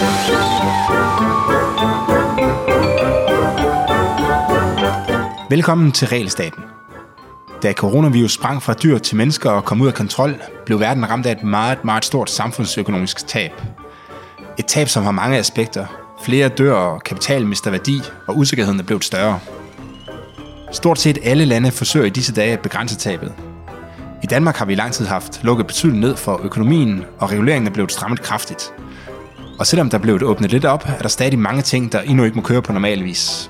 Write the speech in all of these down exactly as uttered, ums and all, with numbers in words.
Velkommen til Regelstaten. Da coronavirus sprang fra dyr til mennesker og kom ud af kontrol, blev verden ramt af et meget, meget stort samfundsøkonomisk tab. Et tab, som har mange aspekter. Flere dør, og kapital mister værdi, og usikkerheden er blevet større. Stort set alle lande forsøger i disse dage at begrænse tabet. I Danmark har vi i lang tid haft lukket betydeligt ned for økonomien, og reguleringen er blevet strammet kraftigt. Og selvom der er blevet åbnet lidt op, er der stadig mange ting, der endnu ikke må køre på normal vis.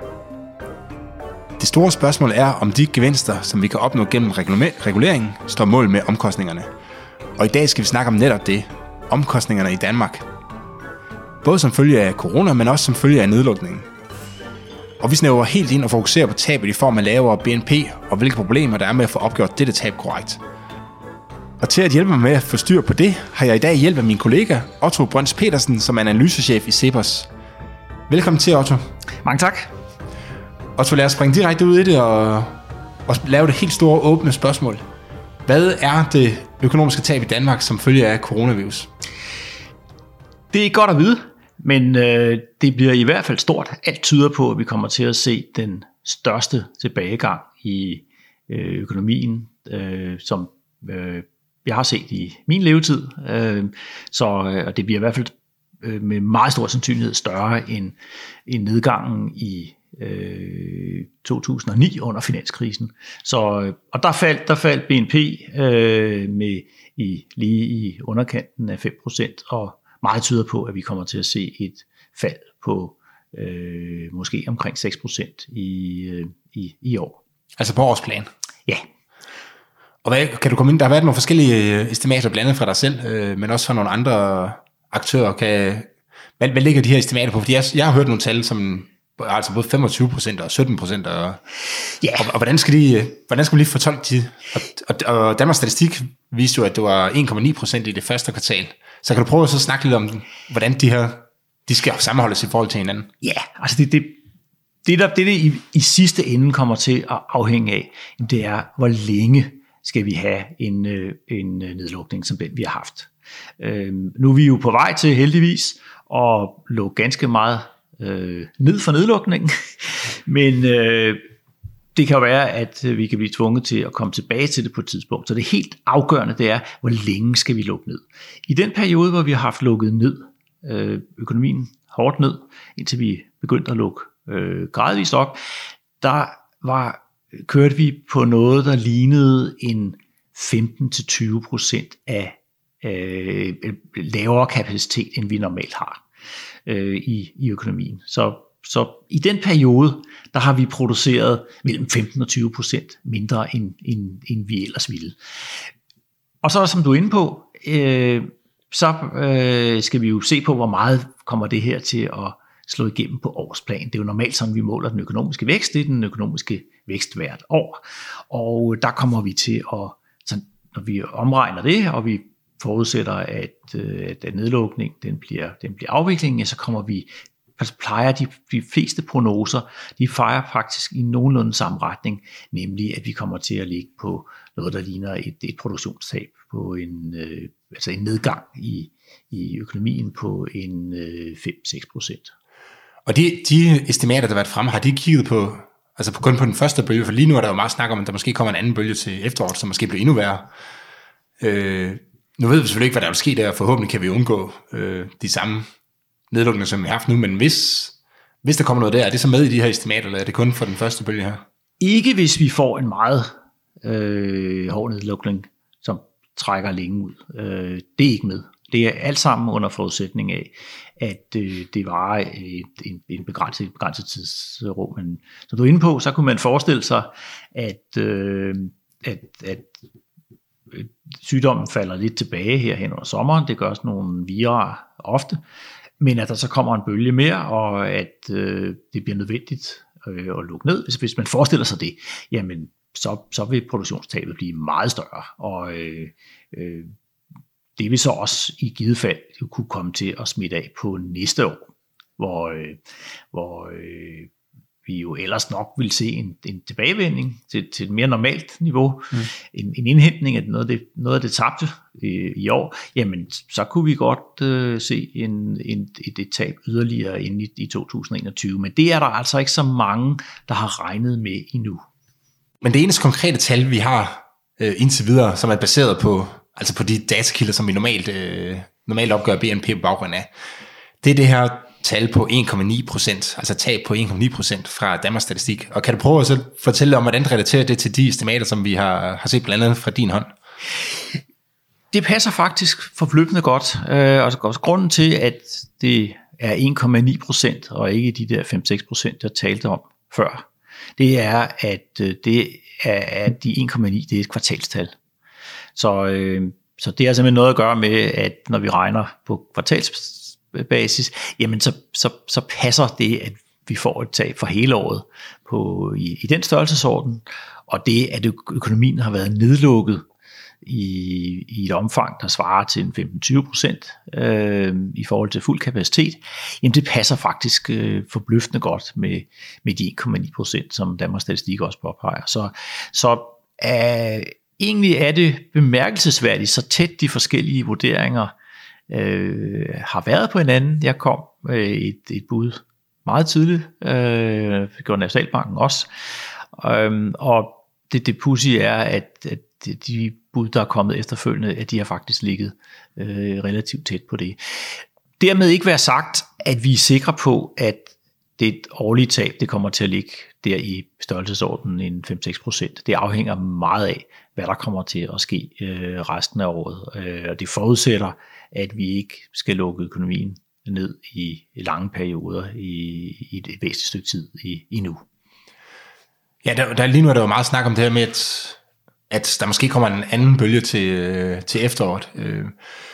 Det store spørgsmål er, om de gevinster, som vi kan opnå gennem regulering, står mål med omkostningerne. Og i dag skal vi snakke om netop det, omkostningerne i Danmark. Både som følge af corona, men også som følge af nedlukningen. Og vi snæver helt ind og fokuserer på tabet i form af lavere B N P, og hvilke problemer der er med at få opgjort dette tab korrekt. Og til at hjælpe mig med at få styr på det, har jeg i dag hjælp af min kollega Otto Brøns Petersen, som er analysechef i CEPOS. Velkommen til, Otto. Mange tak. Otto, lad os springe direkte ud i det og, og lave det helt store åbne spørgsmål. Hvad er det økonomiske tab i Danmark som følge af coronavirus? Det er godt at vide, men øh, det bliver i hvert fald stort. Alt tyder på, at vi kommer til at se den største tilbagegang i øh, økonomien, øh, som øh, jeg har set i min levetid. Øh, så øh, og det bliver i hvert fald øh, med meget stor sandsynlighed større end, end nedgangen i øh, to tusind og ni under finanskrisen. Så, og der faldt, der faldt B N P øh, med i, lige i underkanten af fem procent, og meget tyder på, at vi kommer til at se et fald på øh, måske omkring seks procent i, øh, i, i år. Altså på årsplan? Ja. Og hvad, kan du komme ind? Der har været nogle forskellige estimater, blandt andet fra dig selv, øh, men også fra nogle andre aktører. Kan, hvad, hvad ligger de her estimater på? Fordi jeg, jeg har hørt nogle tal, som altså både femogtyve procent og sytten procent. Og, yeah. og, og hvordan, skal de, hvordan skal vi lige fortolke de? Og, og, og Danmarks Statistik viste jo, at det var en komma ni procent i det første kvartal. Så kan du prøve at så snakke lidt om, hvordan de her de skal sammenholdes i forhold til hinanden? Ja, yeah, altså det, det, det, der, det, det i, i sidste ende kommer til at afhænge af, det er, hvor længe skal vi have en, en nedlukning som den, vi har haft. Øhm, nu er vi jo på vej til heldigvis at lukke ganske meget øh, ned for nedlukningen, men øh, det kan jo være, at vi kan blive tvunget til at komme tilbage til det på et tidspunkt. Så det helt afgørende, det er, hvor længe skal vi lukke ned. I den periode, hvor vi har haft lukket ned, øh, økonomien hårdt ned, indtil vi begyndte at lukke øh, gradvist op, der var, kørte vi på noget, der lignede en femten til tyve procent af øh, lavere kapacitet, end vi normalt har øh, i, i økonomien. Så Så i den periode, der har vi produceret mellem femten og tyve procent mindre, end, end, end vi ellers ville. Og så, som du er inde på, øh, så øh, skal vi jo se på, hvor meget kommer det her til at slå igennem på årsplan. Det er jo normalt sådan, vi måler den økonomiske vækst. Det er den økonomiske vækst hvert år. Og der kommer vi til at, så når vi omregner det, og vi forudsætter, at, at nedlukning den bliver, den bliver afviklingen, ja, så kommer vi plejer de, de fleste prognoser, de fejrer faktisk i nogenlunde samme retning, nemlig at vi kommer til at ligge på noget, der ligner et, et produktionstab på en, øh, altså en nedgang i, i økonomien på en øh, fem til seks procent. Og de, de estimater, der har været fremme, har de kigget på, altså på, kun på den første bølge, for lige nu er der jo meget snak om, at der måske kommer en anden bølge til efteråret, som måske bliver endnu værre. Øh, nu ved vi selvfølgelig ikke, hvad der vil ske der, forhåbentlig kan vi undgå øh, de samme nedlukninger, som vi har haft nu, men hvis, hvis der kommer noget der, er det så med i de her estimater, eller er det kun for den første bølge her? Ikke hvis vi får en meget øh, hård nedlukning, som trækker længe ud. Øh, det er ikke med. Det er alt sammen under forudsætning af, at øh, det varer et, en, en begrænset, begrænset tidsrum. Men som du er inde på, så kunne man forestille sig, at, øh, at, at sygdommen falder lidt tilbage her hen under sommeren. Det gør også nogle viraer ofte. Men at der så kommer en bølge mere, og at øh, det bliver nødvendigt øh, at lukke ned. Hvis, hvis man forestiller sig det, jamen så, så vil produktionstabet blive meget større. Og øh, øh, det vil så også i givet fald kunne komme til at smitte af på næste år, hvor, øh, hvor øh, vi jo ellers nok vil se en, en tilbagevending til, til et mere normalt niveau, mm. en, en indhentning af noget af det, noget af det tabte i, i år, jamen så kunne vi godt øh, se en, en, et, et tab yderligere ind i, i to tusind og enogtyve, men det er der altså ikke så mange, der har regnet med endnu. Men det eneste konkrete tal, vi har øh, indtil videre, som er baseret på, altså på de datakilder, som vi normalt, øh, normalt opgør B N P på baggrund af, det er det her tal på en komma ni procent, altså tab på en komma ni procent fra Danmarks Statistik. Og kan du prøve at så fortælle om, hvordan det relaterer det til de estimater, som vi har, har set blandt andet fra din hånd? Det passer faktisk forbløffende godt. Øh, og grunden til, at det er en komma ni procent og ikke de der fem til seks procent, jeg talte om før, det er, at det er, at de en komma ni det er et kvartalstal. Så, øh, så det har simpelthen noget at gøre med, at når vi regner på kvartalsbasis, jamen så, så, så passer det, at vi får et tab for hele året på, i, i den størrelsesorden, og det, at økonomien har været nedlukket i, i et omfang, der svarer til en femten til tyve procent øh, i forhold til fuld kapacitet, jamen det passer faktisk øh, forbløffende godt med, med de en komma ni procent, som Danmarks Statistik også påpeger. Så, så øh, egentlig er det bemærkelsesværdigt, så tæt de forskellige vurderinger øh, har været på hinanden. Jeg kom med et, et bud meget tidligt, øh, det gjorde Nationalbanken også, øh, og det, det pudsige er, at, at de bud, der er kommet efterfølgende, at de har faktisk ligget øh, relativt tæt på det. Dermed ikke være sagt, at vi er sikre på, at det årlige tab, det kommer til at ligge der i størrelsesordenen en fem til seks procent. Det afhænger meget af, hvad der kommer til at ske øh, resten af året. Øh, og det forudsætter, at vi ikke skal lukke økonomien ned i lange perioder i, i et væsentligt stykke tid i, i nu. Ja, der, der lige nu er der jo meget snak om det her med, at, at der måske kommer en anden bølge til, til efteråret. Øh,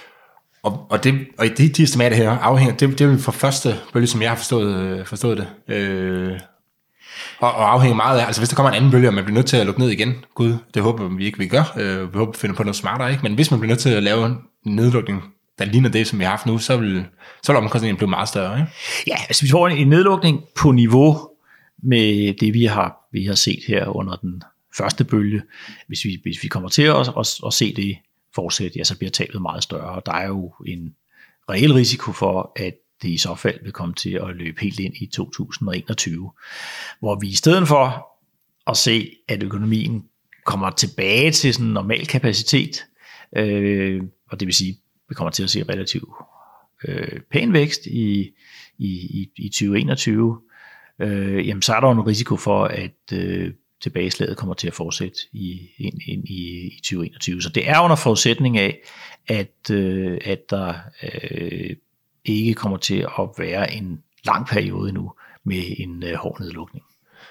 og, og, det, og de, de estimater her afhænger, det, det er jo for første bølge, som jeg har forstået, forstået det. Øh, og, og afhænger meget af, altså hvis der kommer en anden bølge, og man bliver nødt til at lukke ned igen, gud, det håber vi ikke, vi gør. Øh, vi håber, vi finder på noget smartere, ikke? Men hvis man bliver nødt til at lave en nedlukning, der ligner det, som vi har haft nu, så vil, så vil omkostningen blive meget større, ikke? Ja, altså vi får en nedlukning på niveau med det, vi har, vi har set her under den første bølge. Hvis vi, hvis vi kommer til at, at, at se det fortsætte, ja, så bliver tabet meget større. Og der er jo en reel risiko for, at det i så fald vil komme til at løbe helt ind i to tusind og enogtyve, hvor vi i stedet for at se, at økonomien kommer tilbage til sådan en normal kapacitet, øh, og det vil sige, at vi kommer til at se relativt øh, pæn vækst i, i, i, i tyve enogtyve, øh, jamen så er der en risiko for, at øh, tilbageslaget kommer til at fortsætte i, ind, ind i, i tyve enogtyve. Så det er under forudsætning af, at, øh, at der øh, ikke kommer til at være en lang periode nu med en øh, hård nedlukning.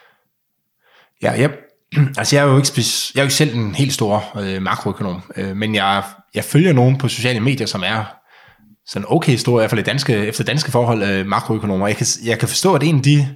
Ja, jeg, altså jeg er jo ikke, speci- jeg er jo ikke selv en helt stor øh, makroøkonom, øh, men jeg, jeg følger nogen på sociale medier, som er sådan okay store, i hvert fald danske, efter danske forhold, øh, makroøkonomer. Jeg kan, jeg kan forstå, at en af de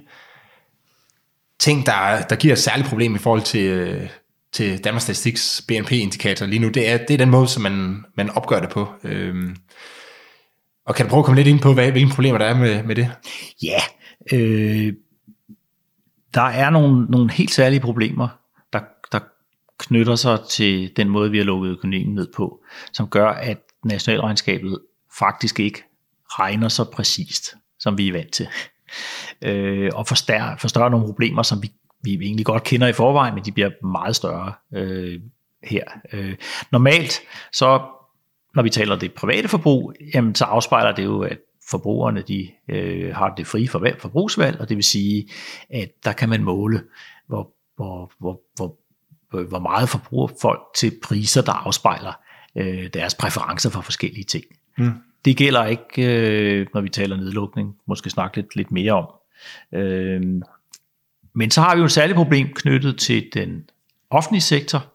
ting, der, der giver et særligt problem i forhold til, til Danmarks Statistiks B N P-indikator lige nu, det er, det er den måde, som man, man opgør det på. Øhm, og kan du prøve at komme lidt ind på, hvad, hvilke problemer der er med, med det? Ja, øh, der er nogle, nogle helt særlige problemer, der, der knytter sig til den måde, vi har lukket økonomien ned på, som gør, at nationalregnskabet faktisk ikke regner så præcist, som vi er vant til. Øh, og forstørre, forstørre nogle problemer, som vi, vi egentlig godt kender i forvejen, men de bliver meget større øh, her. Øh, normalt, så når vi taler det private forbrug, jamen, så afspejler det jo, at forbrugerne de, øh, har det frie forbrugsvalg, og det vil sige, at der kan man måle, hvor, hvor, hvor, hvor, hvor meget forbruger folk til priser, der afspejler øh, deres præferencer for forskellige ting. Mm. Det gælder ikke, øh, når vi taler nedlukning, måske snakke lidt, lidt mere om. Øh, men så har vi jo et særligt problem knyttet til den offentlige sektor.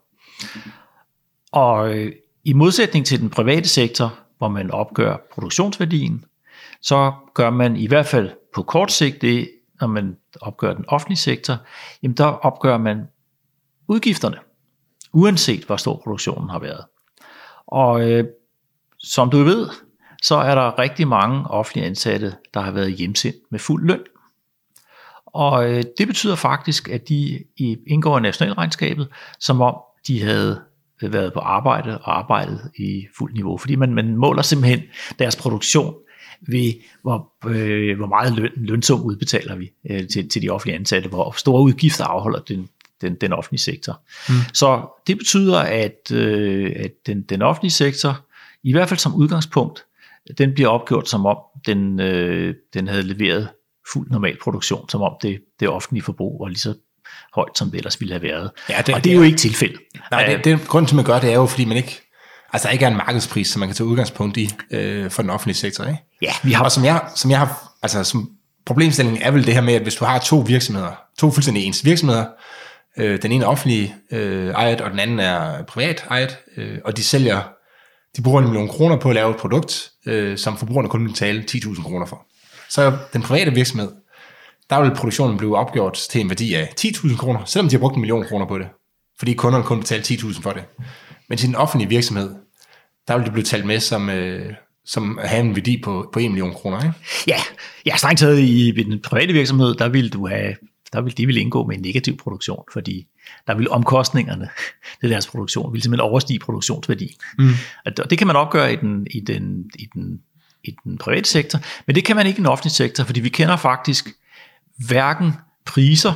Og øh, i modsætning til den private sektor, hvor man opgør produktionsværdien, så gør man i hvert fald på kort sigt det, når man opgør den offentlige sektor, jamen der opgør man udgifterne, uanset hvor stor produktionen har været. Og øh, som du ved, så er der rigtig mange offentlige ansatte, der har været hjemsendt med fuld løn. Og øh, det betyder faktisk, at de indgår i nationalregnskabet, som om de havde været på arbejde og arbejdet i fuld niveau. Fordi man, man måler simpelthen deres produktion ved, hvor, øh, hvor meget løn, lønsum udbetaler vi øh, til, til de offentlige ansatte, hvor store udgifter afholder den, den, den offentlige sektor. Mm. Så det betyder, at, øh, at den, den offentlige sektor, i hvert fald som udgangspunkt, den bliver opgjort som om, den, øh, den havde leveret fuld normal produktion, som om det, det offentlige forbrug var lige så højt, som det ellers ville have været. Ja, det, og det er jo ikke tilfældet. Nej, det, det grunden til, at man gør det, er jo, fordi man ikke, altså der ikke er en markedspris, som man kan tage udgangspunkt i øh, for den offentlige sektor, ikke? Ja, vi har... Og som jeg, som jeg har, altså som problemstillingen er vel det her med, at hvis du har to virksomheder, to fuldstændig ens virksomheder, øh, den ene er offentlig øh, ejet, og den anden er privat ejet, øh, og de sælger, de bruger en million kroner på at lave et produkt, øh, som forbrugerne kun vil betale ti tusind kroner for. Så den private virksomhed, der vil produktionen blive opgjort til en værdi af ti tusind kroner, selvom de har brugt en million kroner på det, fordi kunderne kun betaler ti tusind for det. Men til den offentlige virksomhed, der vil det blive talt med som, øh, som at have en værdi på, på en million kroner, ikke? Ja, ja, strengt taget i den private virksomhed, der vil du have, der vil de vil indgå med en negativ produktion, fordi der vil omkostningerne til deres produktion vil simpelthen overstige produktionsværdien. Mm. Og det kan man opgøre i den, i den, i den, i den private sektor, men det kan man ikke i den offentlige sektor, fordi vi kender faktisk hverken priser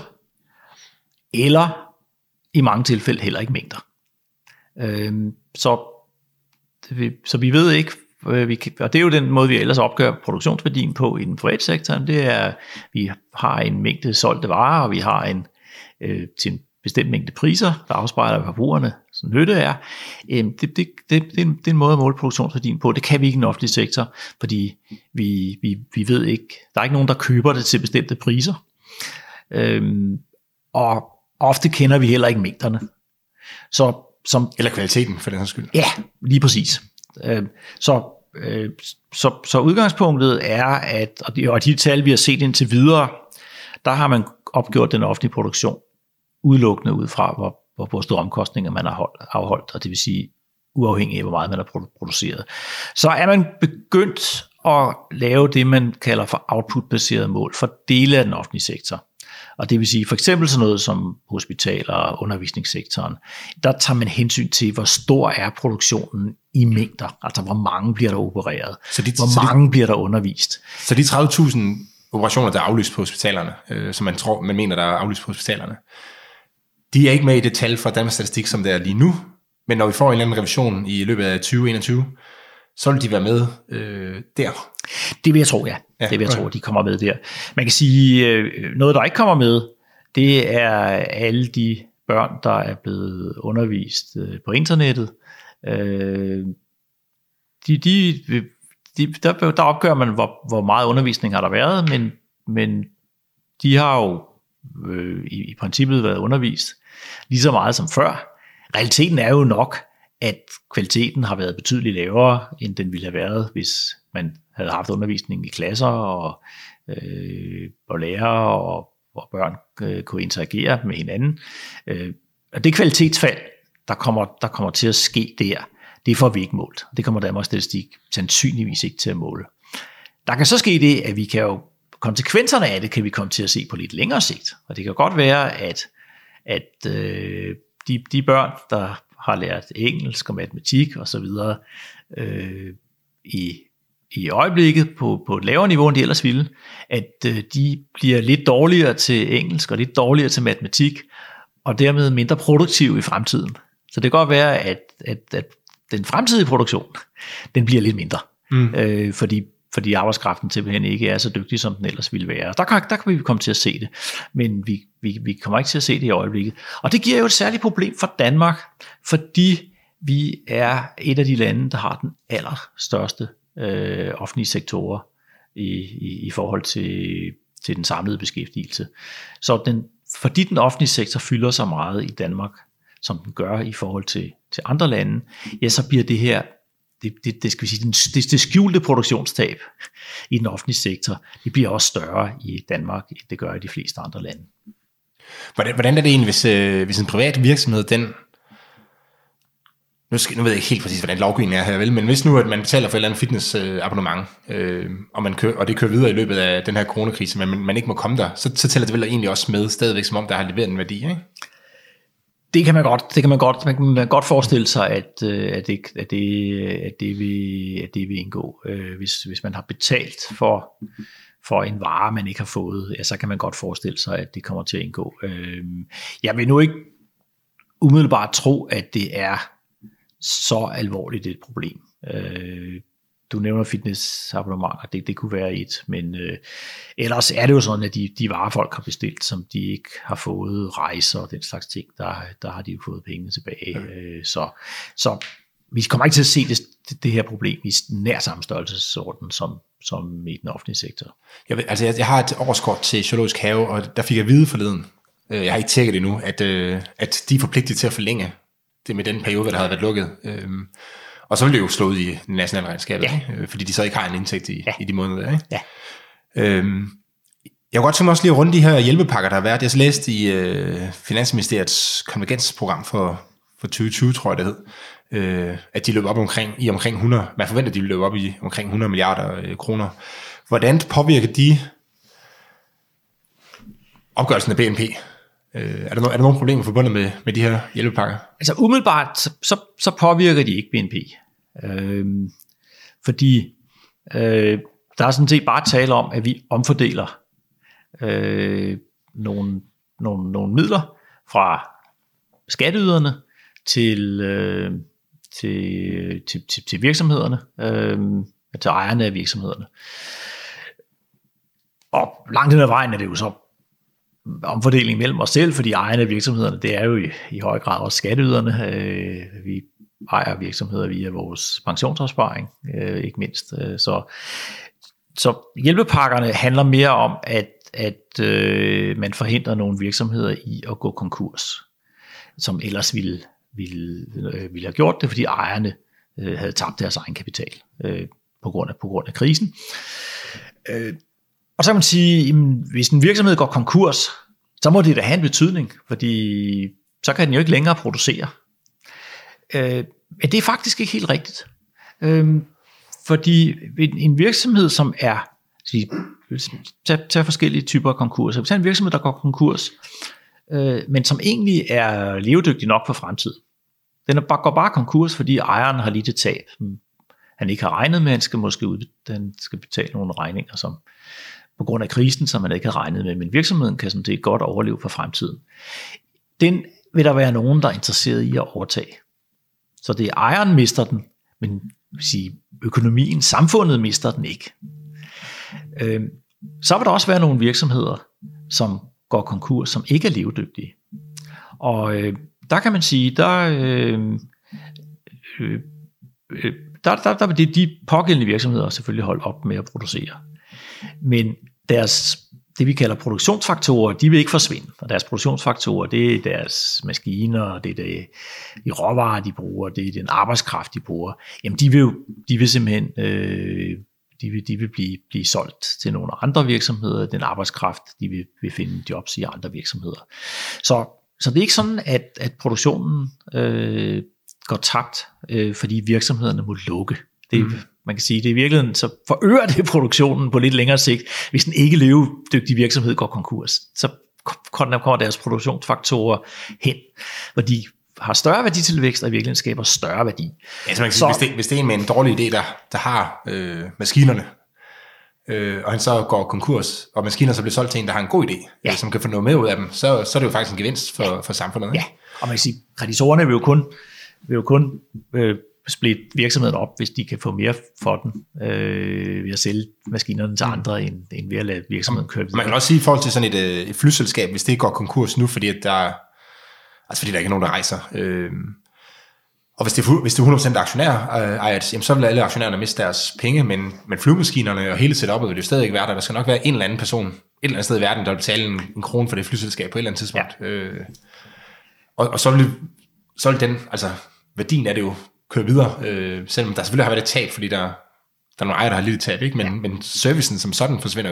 eller i mange tilfælde heller ikke mængder. Øhm, så, så vi ved ikke, vi kan, og det er jo den måde, vi ellers opgør produktionsværdien på i den private sektor, det er, vi har en mængde solgte varer, og vi har en øh, til en bestemt mængde priser, der afspejler forbrugerne, som nytte er. Øhm, det, det, det, det, er en, det er en måde at måle produktionsværdien på. Det kan vi ikke i den offentlige sektor, fordi vi, vi, vi ved ikke, der er ikke nogen, der køber det til bestemte priser. Øhm, og ofte kender vi heller ikke mængderne. Så, som, Eller kvaliteten, for den her skyld. Ja, lige præcis. Øhm, så, øh, så, så udgangspunktet er, at, og de, og de tal, vi har set indtil videre, der har man opgjort den offentlige produktion udelukkende ud fra, hvor, hvor, hvor store omkostninger man har holdt, afholdt, og det vil sige uafhængig af, hvor meget man har produceret. Så er man begyndt at lave det, man kalder for output-baserede mål for dele af den offentlige sektor. Og det vil sige for eksempel sådan noget som hospitaler og undervisningssektoren. Der tager man hensyn til, hvor stor er produktionen i mængder. Altså hvor mange bliver der opereret, så de, hvor så mange de, bliver der undervist. Så de tredive tusind operationer, der er aflyst på hospitalerne, øh, som man tror, man mener, der er aflyst på hospitalerne, de er ikke med i det tal fra Danmarks Statistik, som det er lige nu. Men når vi får en eller anden revision i løbet af tyve enogtyve, så vil de være med øh, der. Det vil jeg tro, ja. ja det vil jeg okay. tro, de kommer med der. Man kan sige, øh, noget der ikke kommer med, det er alle de børn, der er blevet undervist øh, på internettet. Øh, de, de, de, der, der opgør man, hvor, hvor meget undervisning har der været, men, men de har jo øh, i, i princippet været undervist lige så meget som før. Realiteten er jo nok, at kvaliteten har været betydeligt lavere, end den ville have været, hvis man havde haft undervisning i klasser, og, øh, og lærere og, og børn øh, kunne interagere med hinanden. Øh, og det kvalitetsfald, der kommer, der kommer til at ske der, det får vi ikke målt. Det kommer Danmarks Statistik sandsynligvis ikke til at måle. Der kan så ske det, at vi kan jo, konsekvenserne af det kan vi komme til at se på lidt længere sigt. Og det kan godt være, at, at øh, de, de børn, der har lært engelsk og matematik og så videre øh, i, i øjeblikket på, på et lavere niveau, end de ellers ville, at øh, de bliver lidt dårligere til engelsk og lidt dårligere til matematik, og dermed mindre produktive i fremtiden. Så det kan godt være, at, at, at den fremtidige produktion, den bliver lidt mindre, mm. øh, fordi fordi arbejdskraften simpelthen ikke er så dygtig, som den ellers ville være. Der kan, der kan vi komme til at se det, men vi, vi, vi kommer ikke til at se det i øjeblikket. Og det giver jo et særligt problem for Danmark, fordi vi er et af de lande, der har den allerstørste øh, offentlige sektorer i, i, i forhold til, til den samlede beskæftigelse. Så den, fordi den offentlige sektor fylder så meget i Danmark, som den gør i forhold til, til andre lande, ja, så bliver det her Det, det, det, skal vi sige, det, det skjulte produktionstab i den offentlige sektor, det bliver også større i Danmark, end det gør i de fleste andre lande. Hvordan, hvordan er det egentlig, hvis, øh, hvis en privat virksomhed, den, Nu, skal, nu ved jeg ikke helt præcis, hvordan lovgivningen er her, vel? Men hvis nu, at man betaler for et eller andet fitnessabonnement, øh, og, man kører, og det kører videre i løbet af den her coronakrise, men man, man ikke må komme der, så, så tæller det vel egentlig også med stadigvæk, som om der har leveret en værdi, ikke? Det kan man godt, det kan man godt, man kan godt forestille sig, at, at, det, at, det, at, det, vil, at det vil indgå. Hvis, hvis man har betalt for, for en vare, man ikke har fået, ja, så kan man godt forestille sig, at det kommer til at indgå. Jeg vil nu ikke umiddelbart tro, at det er så alvorligt et problem. Du nævner fitnessabonnementer, det, det kunne være et, men øh, ellers er det jo sådan, at de, de varer, folk har bestilt, som de ikke har fået, rejser og den slags ting, der, der har de jo fået pengene tilbage. Okay. Øh, så, så vi kommer ikke til at se det, det her problem i nær samme størrelsesorden som, som i den offentlige sektor. Jeg, ved, altså jeg, jeg har et årskort til Zoologisk Have, og der fik jeg vide forleden, jeg har ikke tjekket det endnu, at, øh, at de er forpligtet til at forlænge det med den periode, hvor der havde været lukket. Øh, Og så vil det jo slå ud i det nationale regnskab, ja. Fordi de så ikke har en indtægt i, ja. i de måneder. Ikke? Ja. Øhm, jeg kunne godt tænke mig også lige at runde de her hjælpepakker, der har været. Jeg har læst i øh, Finansministeriets konvergensprogram for, for tyve tyve, tror jeg det hed, øh, at de løb op omkring, i omkring hundrede, man forventer, at de løb op i omkring hundrede milliarder øh, kroner. Hvordan påvirker de opgørelsen af B N P? Øh, er, der no, er der nogle problemer forbundet med, med de her hjælpepakker? Altså umiddelbart, så, så, så påvirker de ikke B N P. Øh, fordi øh, der er sådan set bare tale om, at vi omfordeler øh, nogle, nogle, nogle midler fra skatteyderne til, øh, til, til, til, til virksomhederne, øh, til ejerne af virksomhederne. Og langt hen ad vejen er det jo så omfordeling mellem os selv, fordi ejerne af virksomhederne, det er jo i, i høj grad også skatteyderne. Øh, vi ejer virksomheder via vores pensionsopsparing, øh, ikke mindst. Så, så hjælpepakkerne handler mere om, at, at øh, man forhindrer nogle virksomheder i at gå konkurs, som ellers ville, ville, øh, ville have gjort det, fordi ejerne øh, havde tabt deres egen kapital øh, på, grund af, på grund af krisen. Øh, Og så kan man sige, jamen, hvis en virksomhed går konkurs, så må det da have en betydning, fordi så kan den jo ikke længere producere. Øh, men det er faktisk ikke helt rigtigt. Øh, fordi en virksomhed, som er, sige, tag, tag forskellige typer af konkurser, hvis er en virksomhed, der går konkurs, øh, men som egentlig er levedygtig nok for fremtiden, den er bare, går bare konkurs, fordi ejeren har lidt et tab, han ikke har regnet med, han skal måske ud, han skal betale nogle regninger, som på grund af krisen, som man ikke havde regnet med, men virksomheden kan sådan set godt overleve for fremtiden. Den vil der være nogen, der er interesseret i at overtage. Så det er ejeren mister den, men sige, økonomien, samfundet mister den ikke. Øh, så vil der også være nogle virksomheder, som går konkurs, som ikke er levedygtige. Og øh, der kan man sige, der, øh, øh, der, der, der vil de pågældende virksomheder selvfølgelig holde op med at producere. Men deres, det vi kalder produktionsfaktorer, de vil ikke forsvinde. Og deres produktionsfaktorer, det er deres maskiner, det er det, de råvarer, de bruger, det er den arbejdskraft, de bruger. Jamen, de vil jo, de vil simpelthen, øh, de vil, de vil blive, blive solgt til nogle andre virksomheder. Den arbejdskraft, de vil, vil finde jobs i andre virksomheder. Så, så det er ikke sådan, at, at produktionen øh, går tabt, øh, fordi virksomhederne må lukke. Det er, mm. Man kan sige, det er i virkeligheden, så forøger det produktionen på lidt længere sigt. Hvis en ikke levedygtig virksomhed går konkurs, så kommer deres produktionsfaktorer hen, hvor de har større værditilvækst, og i virkeligheden skaber større værdi. Ja, så man kan sige, så, hvis, det, hvis det er en med en dårlig idé, der, der har øh, maskinerne, øh, og han så går konkurs, og maskinerne så bliver solgt til en, der har en god idé, ja. øh, som kan få noget med ud af dem, så, så er det jo faktisk en gevinst for, ja. for samfundet. Ikke? Ja, og man kan sige, kreditorerne vil jo kun, vil jo kun øh, splitte virksomheden op, hvis de kan få mere for den, øh, ved at sælge maskinerne til andre, end, end ved at lade virksomheden køre videre. Man kan også sige i forhold til sådan et, et flyselskab, hvis det går konkurs nu, fordi, at der, altså fordi der ikke er nogen, der rejser. Øh, og hvis det, er, hvis det er hundrede procent aktionærejet, jamen så vil alle aktionærerne miste deres penge, men, men flymaskinerne og hele setupet vil jo stadig ikke være der. Der skal nok være en eller anden person, et eller andet sted i verden, der vil betale en, en krone for det flyselskab på et eller andet tidspunkt. Ja. Øh, og, og så vil, så vil den, altså værdien af det jo køre videre, øh, selvom der selvfølgelig har været et tab, fordi der, der er nogle ejere, der har lidt tab, ikke? Men, ja. men servicen som sådan forsvinder jo ikke.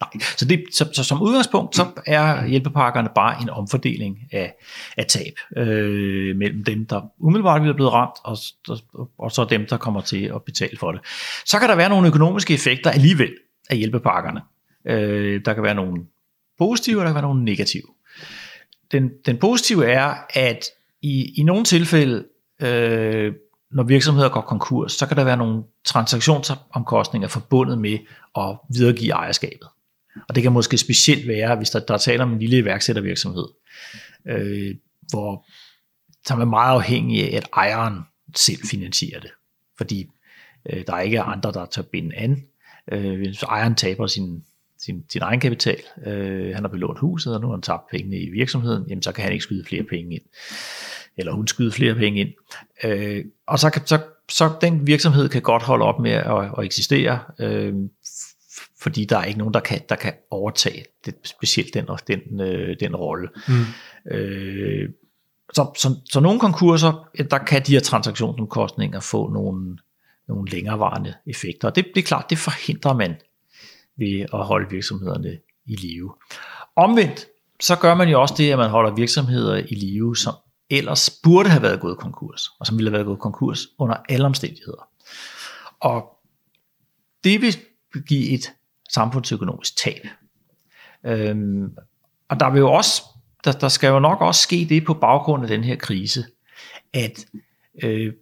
Nej. Så, det, så, så som udgangspunkt, så er hjælpepakkerne bare en omfordeling af, af tab øh, mellem dem, der umiddelbart er blevet ramt, og, og, og så dem, der kommer til at betale for det. Så kan der være nogle økonomiske effekter alligevel af hjælpepakkerne. Øh, der kan være nogle positive, og der kan være nogle negative. Den, den positive er, at i, i nogle tilfælde, øh, når virksomheder går konkurs, så kan der være nogle transaktionsomkostninger forbundet med at videregive ejerskabet. Og det kan måske specielt være, hvis der, der taler om en lille iværksættervirksomhed, øh, hvor som er meget afhængig af, at ejeren selv finansierer det. Fordi øh, der ikke er andre, der tager binden an. Øh, hvis ejeren taber sin, sin, sin egen kapital, øh, han har belånt huset, og nu har han tabt pengene i virksomheden, jamen så kan han ikke skyde flere penge ind. Eller hun skyder flere penge ind. Øh, og så, kan, så, så den virksomhed kan godt holde op med at, at eksistere, øh, fordi der er ikke nogen, der kan, der kan overtage det, specielt den, den, øh, den rolle. Mm. Øh, så, så, så nogle konkurser, der kan de her transaktionsomkostninger få nogle, nogle længerevarende effekter. Og det, det er klart, det forhindrer man ved at holde virksomhederne i live. Omvendt, så gør man jo også det, at man holder virksomheder i live, som ellers burde have været gået konkurs, og som ville have været gået konkurs under alle omstændigheder. Og det vil give et samfundsøkonomisk tab. Øhm, og der vil jo også, der, der skal jo nok også ske det på baggrund af den her krise, at øh,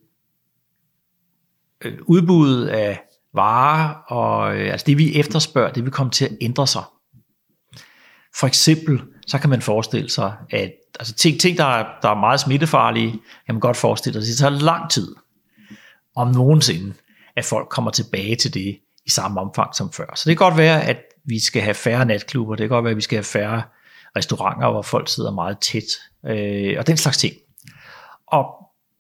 øh, udbuddet af varer, og øh, altså det vi efterspørger, det vil komme til at ændre sig. For eksempel, så kan man forestille sig, at altså ting, ting der, er, der er meget smittefarlige, kan man godt forestille sig, at det tager lang tid, om nogensinde, at folk kommer tilbage til det i samme omfang som før. Så det kan godt være, at vi skal have færre natklubber, det kan godt være, at vi skal have færre restauranter, hvor folk sidder meget tæt, øh, og den slags ting. Og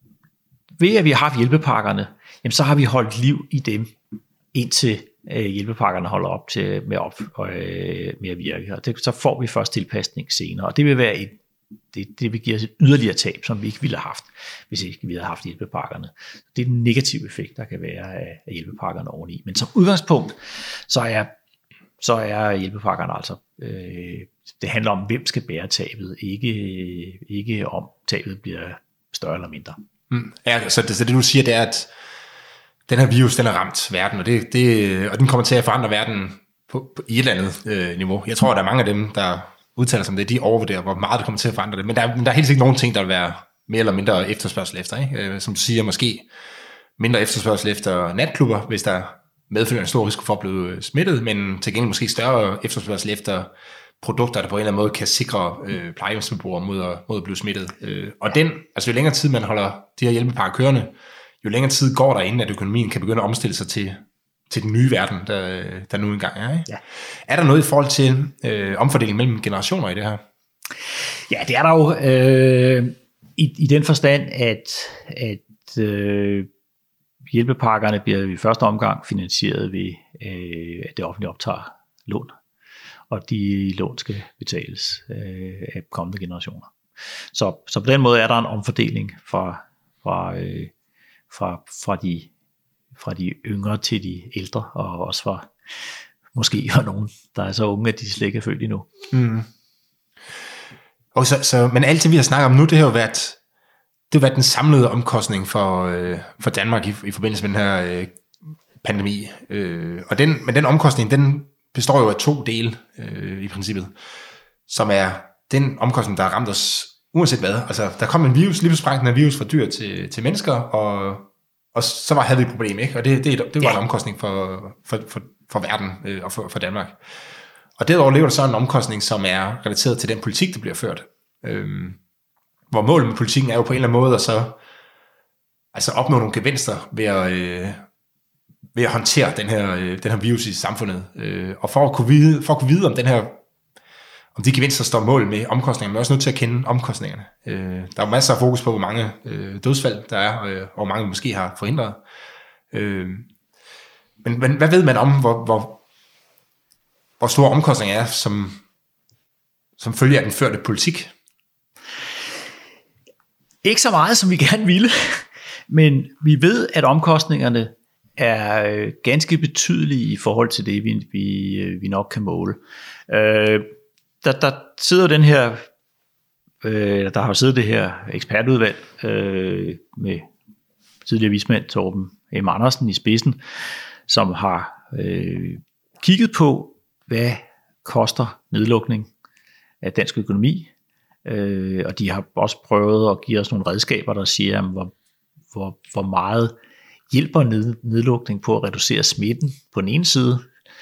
ved at vi har haft hjælpepakkerne, jamen, så har vi holdt liv i dem, indtil øh, hjælpepakkerne holder op til med, op, øh, med at virke. Og det, så får vi først tilpasning senere, og det vil være et Det, det vil give os et yderligere tab, som vi ikke ville have haft, hvis ikke vi havde haft hjælpepakkerne. Det er den negative effekt, der kan være af, af hjælpepakkerne oveni. Men som udgangspunkt, så er, så er hjælpepakkerne altså, øh, det handler om, hvem skal bære tabet, ikke, ikke om tabet bliver større eller mindre. Mm. Ja, så det, så det du siger, det er, at den her virus, den har ramt verden, og, det, det, og den kommer til at forandre verden på, på, i et eller andet øh, niveau. Jeg tror, der er mange af dem, der udtaler sig om det, de overvurderer, hvor meget det kommer til at forandre det. Men der er, men der er helt sikkert nogle ting, der vil være mere eller mindre efterspørgsel efter. Ikke? Som du siger, måske mindre efterspørgsel efter natklubber, hvis der medfølger en stor risiko for at blive smittet, men til gengæld måske større efterspørgsel efter produkter, der på en eller anden måde kan sikre øh, plejehjemsbeboere mod at, mod at blive smittet. Øh, og den, altså jo længere tid man holder de her hjælpepakker kørende, jo længere tid går der, inden at økonomien kan begynde at omstille sig til til den nye verden, der, der nu engang er. Ikke? Ja. Er der noget i forhold til øh, omfordeling mellem generationer i det her? Ja, det er der jo øh, i, i den forstand, at, at øh, hjælpepakkerne bliver i første omgang finansieret ved, øh, at det offentlige optager lån, og de lån skal betales øh, af kommende generationer. Så, så på den måde er der en omfordeling fra, fra, øh, fra, fra de fra de yngre til de ældre, og også fra måske og nogen, der er så unge, at de slet ikke er født endnu. Mm. Og så, så, men alt det, vi har snakket om nu, det har jo været, det har været den samlede omkostning for, øh, for Danmark i, i forbindelse med den her øh, pandemi. Øh, og den, men den omkostning, den består jo af to dele øh, i princippet, som er den omkostning, der har ramt os uanset hvad. Altså, der kom en virus, lige sprang den her virus fra dyr til, til mennesker, og Og så var, havde vi et problem, ikke? Og det, det, det var ja. en omkostning for, for, for, for verden øh, og for, for Danmark. Og derudover lever der så en omkostning, som er relateret til den politik, der bliver ført. Øhm, hvor målet med politikken er jo på en eller anden måde at så altså opnå nogle gevinster ved at, øh, ved at håndtere den her, øh, den her virus i samfundet. Øh, og for at, kunne vide, for at kunne vide, om den her om de gevinster står mål med omkostningerne, men også nødt til at kende omkostningerne. Øh, der er masser af fokus på, hvor mange øh, dødsfald der er, øh, og hvor mange måske har forhindret. Øh, men, men hvad ved man om, hvor, hvor, hvor store omkostninger er, som, som følge af den førte politik? Ikke så meget, som vi gerne ville, men vi ved, at omkostningerne er ganske betydelige i forhold til det, vi, vi, vi nok kan måle. Øh, der, der sidder den her, øh, der har siddet det her ekspertudvalg øh, med tidligere vismand Torben M. Andersen i spidsen, som har øh, kigget på, hvad koster nedlukning af dansk økonomi, øh, og de har også prøvet at give os nogle redskaber, der siger, hvor, hvor, hvor meget hjælper ned, nedlukning på at reducere smitten på den ene side,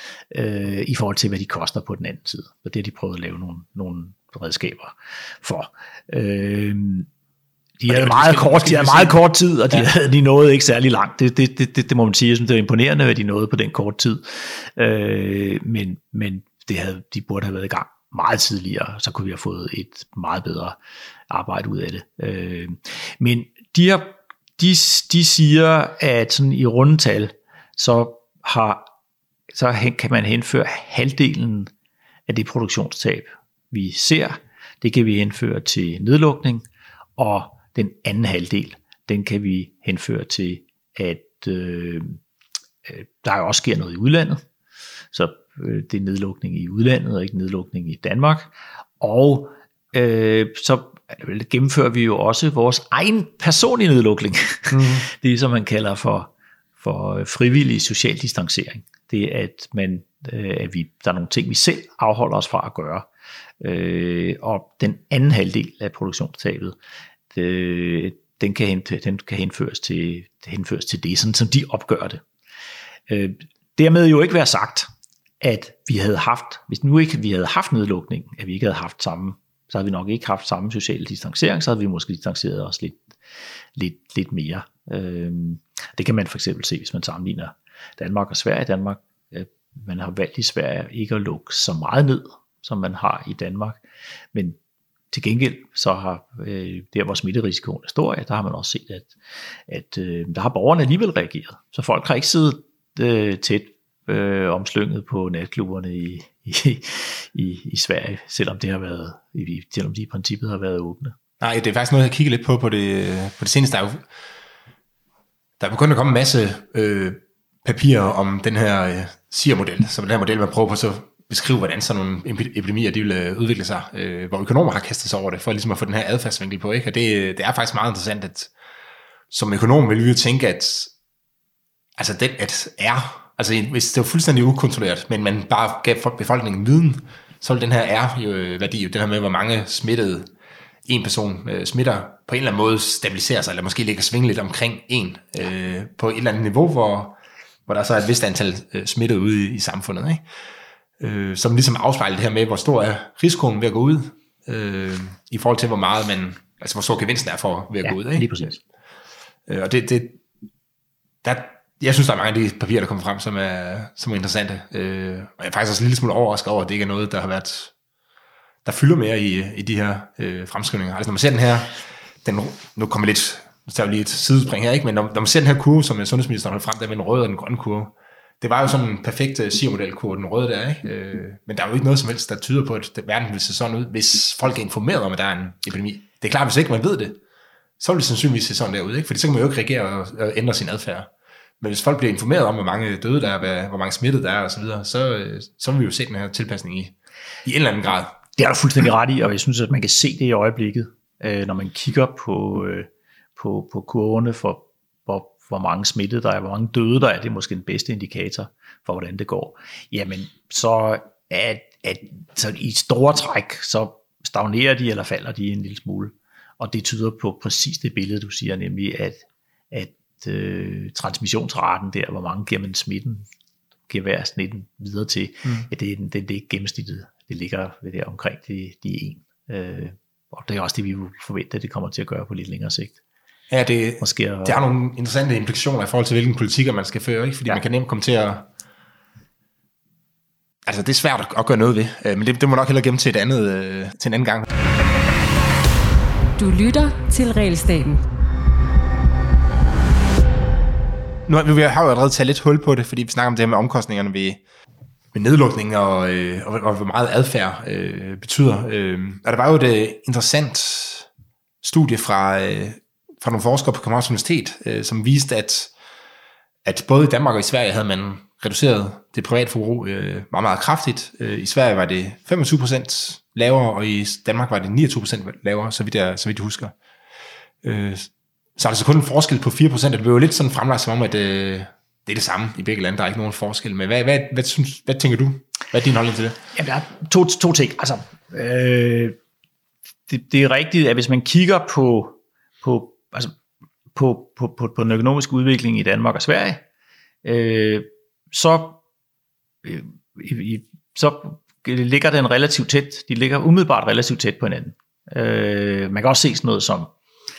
øh, i forhold til, hvad de koster på den anden side. Og det har de prøvet at lave nogle, nogle redskaber for. Øh, De havde meget kort, de havde meget kort tid, og de, ja. havde, de nåede ikke særlig langt. Det, det, det, det må man sige. Jeg synes, det er imponerende, hvad de nåede på den kort tid. Øh, men men det havde, de burde have været i gang meget tidligere, så kunne vi have fået et meget bedre arbejde ud af det. Øh, men de, har, de, de siger, at sådan i rundetal, så, har, så kan man henføre halvdelen af det produktionstab, vi ser. Det kan vi henføre til nedlukning, og den anden halvdel, den kan vi henføre til, at øh, der også sker noget i udlandet. Så øh, det er nedlukning i udlandet, og ikke nedlukning i Danmark. Og øh, så gennemfører vi jo også vores egen personlige nedlukning. Mm. Det, som man kalder for, for frivillig social distancering. Det er, at, man, øh, at vi, der er nogle ting, vi selv afholder os fra at gøre. Øh, og den anden halvdel af produktionstabet, det, den, kan hen, den kan henføres til, henføres til det, sådan som de opgør det. Øh, dermed jo ikke være sagt, at vi havde haft, hvis nu ikke vi havde haft nedlukning, at vi ikke havde haft samme, så havde vi nok ikke haft samme sociale distancering, så havde vi måske distanceret os lidt, lidt, lidt mere. Øh, det kan man for eksempel se, hvis man sammenligner Danmark og Sverige. Danmark, øh, man har valgt i Sverige ikke at lukke så meget ned, som man har i Danmark, men til gengæld så har øh, der, hvor smitterisikoen er stor, der har man også set, at, at øh, der har borgerne alligevel reageret. Så folk har ikke siddet øh, tæt øh, omslynget på natklubberne i, i, i, i Sverige, selvom det har været, selvom de i princippet har været åbne. Nej, det er faktisk noget, jeg kigger lidt på på det, på det seneste. Der er, jo, der er begyndt at komme en masse øh, papirer om den her øh, S I R-model, som den her model, man prøver på så beskrive, hvordan sådan nogle epidemier de vil udvikle sig, øh, hvor økonomer har kastet sig over det, for ligesom at få den her adfærdsvinkel på, ikke? Og det, det er faktisk meget interessant, at som økonom vil vi jo tænke, at altså den, at er, altså hvis det var fuldstændig ukontrolleret, men man bare gav befolkningen viden, så vil den her R-værdi, den her med, hvor mange smittede en person øh, smitter, på en eller anden måde stabiliserer sig, eller måske ligger svinge lidt omkring en, øh, på et eller andet niveau, hvor, hvor der så er et vist antal øh, smittede ude i, i samfundet, ikke? Øh, som ligesom afspejler det her med, hvor stor er risikoen ved at gå ud, øh, i forhold til, hvor meget man, altså hvor stor gevinsten er for ved at ja, gå ud. Ikke? Lige præcis. Øh, og det, det der, jeg synes, der er mange af de papirer, der kommer frem, som er, som er interessante. Øh, og jeg er faktisk også en lille smule overrasket over, at det ikke er noget, der har været, der fylder mere i, i de her øh, fremskrivninger. Altså når man ser den her, den, nu kommer lidt, nu tager vi lige et sidespring her, ikke? Men når, når man ser den her kurve, som sundhedsministeren holdt frem, der med den røde og den grønne kurve, det var jo sådan en perfekt S I R-modelkurve, den røde der, ikke? Øh, men der er jo ikke noget som helst, der tyder på, at verden vil se sådan ud, hvis folk er informeret om, at der er en epidemi. Det er klart, hvis ikke man ved det, så vil det sandsynligvis se sådan der ud, ikke? Fordi så kan man jo ikke reagere og ændre sin adfærd. Men hvis folk bliver informeret om, hvor mange døde der er, hvor mange smittede der er osv., så, så, så vil vi jo se den her tilpasning i, i en eller anden grad. Det er du fuldstændig ret i, og jeg synes, at man kan se det i øjeblikket, når man kigger på, på, på kurvene for, hvor, hvor mange smittede der er, hvor mange døde der er, det er måske den bedste indikator for, hvordan det går. Jamen, så, at, at, så i store træk, så stagnerer de eller falder de en lille smule. Og det tyder på præcis det billede, du siger, nemlig at, at øh, transmissionsraten der, hvor mange giver man smitten, giver hver smitten videre til, mm. at det, det, det er ikke gennemsnittet. Det ligger ved der omkring de, de en. Øh, og det er også det, vi forventer, at det kommer til at gøre på lidt længere sigt. Ja, det, Måske at, det har nogle interessante implikationer i forhold til, hvilken politikker man skal føre, ikke? Fordi ja. man kan nemt komme til at... Altså, det er svært at gøre noget ved, men det, det må nok hellere gemme til, et andet, til en anden gang. Du lytter til Realstaten. Nu har vi har jo allerede taget lidt hul på det, fordi vi snakker om det her med omkostningerne ved, ved nedlukning og, øh, og, og hvor meget adfærd øh, betyder. Øh, og der var jo et interessant studie fra, øh, fra nogle forskere på Københavns Universitet, øh, som viste, at, at både i Danmark og i Sverige havde man reduceret det private forbrug øh, meget, meget kraftigt. Øh, I Sverige var det femogtyve procent lavere, og i Danmark var det niogtyve procent lavere, så vidt jeg, så vidt jeg husker. Øh, så er der så kun en forskel på fire procent, og det blev jo lidt sådan fremlagt som om, at øh, det er det samme i begge lande, der er ikke nogen forskel. Men hvad, hvad, hvad, synes, hvad tænker du? Hvad er din holdning til det? Jamen, der er to, to ting. Altså, øh, det, det er rigtigt, at hvis man kigger på, på, altså, på, på, på, på den økonomiske udvikling i Danmark og Sverige, øh, så, øh, i, så ligger den relativt tæt. De ligger umiddelbart relativt tæt på hinanden. Øh, man kan også se sådan noget som,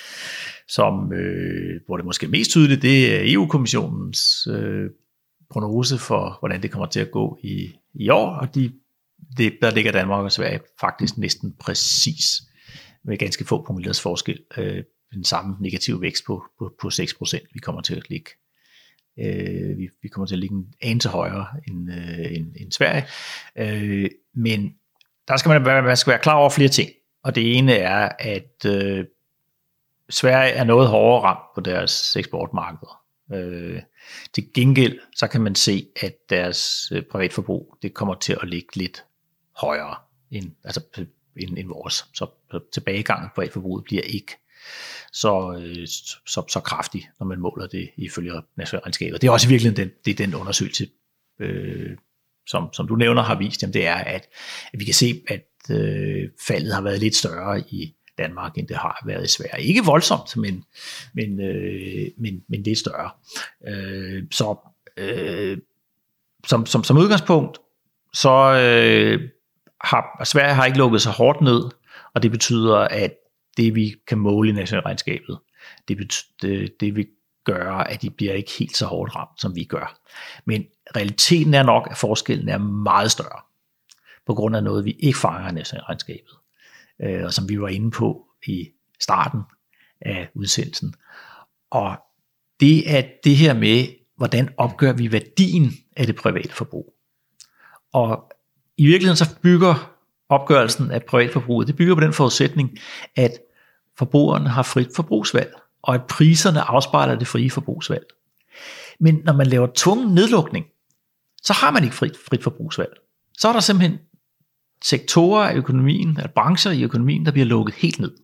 som øh, hvor det måske er mest tydeligt, det er E U-kommissionens øh, prognose for, hvordan det kommer til at gå i, i år, og de, det, der ligger Danmark og Sverige faktisk næsten præcis med ganske få promillers forskel. Øh, den samme negative vækst på, på, på seks procent. Vi kommer til at ligge øh, vi, vi kommer til at ligge en anelse højere end, øh, end, end Sverige. Øh, men der skal man, man skal være klar over flere ting. Og det ene er, at øh, Sverige er noget hårdere ramt på deres eksportmarkeder. Øh, til gengæld så kan man se, at deres øh, privatforbrug det kommer til at ligge lidt højere end, altså, end, end vores. Så, så tilbagegangen på privatforbruget bliver ikke så, øh, så, så kraftig, når man måler det ifølge nationalregnskabet. Det er også i virkeligheden den, det er den undersøgelse, øh, som, som du nævner, har vist. Jamen, det er, at, at vi kan se, at øh, faldet har været lidt større i Danmark, end det har været i Sverige. Ikke voldsomt, men, men, øh, men, men lidt større. Øh, så øh, som, som, som udgangspunkt, så øh, har Sverige har ikke lukket sig hårdt ned, og det betyder, at det vi kan måle i nationalregnskabet, det, betyder, det, det vil gøre, at de bliver ikke helt så hårdt ramt, som vi gør. Men realiteten er nok, at forskellen er meget større, på grund af noget, vi ikke fanger i nationalregnskabet, øh, og som vi var inde på i starten af udsendelsen. Og det er det her med, hvordan opgør vi værdien af det private forbrug. Og i virkeligheden så bygger opgørelsen af privatforbruget, det bygger på den forudsætning, at forbrugerne har frit forbrugsvalg, og at priserne afspejler det frie forbrugsvalg. Men når man laver tvungen nedlukning, så har man ikke frit, frit forbrugsvalg. Så er der simpelthen sektorer af økonomien, eller brancher i økonomien, der bliver lukket helt ned.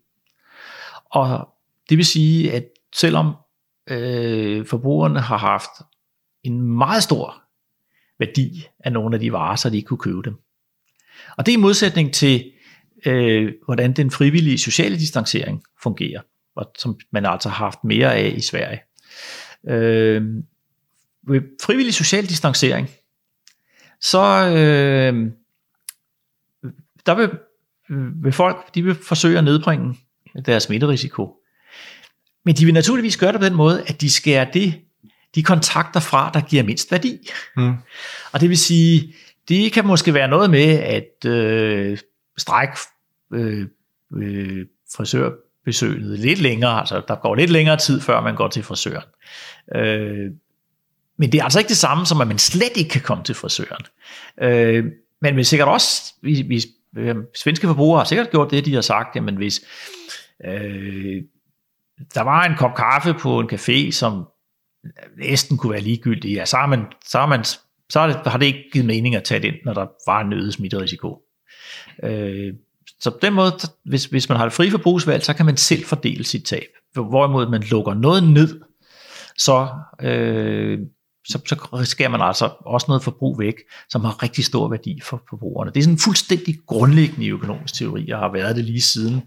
Og det vil sige, at selvom øh, forbrugerne har haft en meget stor værdi af nogle af de varer, så de ikke kunne købe dem. Og det er i modsætning til, øh, hvordan den frivillige sociale distancering fungerer, og som man altså har haft mere af i Sverige. Øh, ved frivillig social distancering, så øh, der vil, vil folk, de vil forsøge at nedbringe deres smitterisiko. Men de vil naturligvis gøre det på den måde, at de skærer det, de kontakter fra, der giver mindst værdi. Mm. Og det vil sige, det kan måske være noget med at øh, strække øh, øh, frisørbesøget lidt længere, altså der går lidt længere tid, før man går til frisøren. Øh, men det er altså ikke det samme, som at man slet ikke kan komme til frisøren. Øh, men vil sikkert også, hvis, øh, svenske forbrugere har sikkert gjort det, de har sagt, jamen hvis øh, der var en kop kaffe på en café, som næsten kunne være ligegyldig, ja, så har man, så har man så har det, har det ikke givet mening at tage det ind, når der var en øget smitterisiko. Øh, så på den måde, hvis, hvis man har det frie forbrugsvalg, så kan man selv fordele sit tab. Hvorimod man lukker noget ned, så, øh, så, så risikerer man altså også noget forbrug væk, som har rigtig stor værdi for forbrugerne. Det er sådan en fuldstændig grundlæggende i økonomisk teori, og har været det lige siden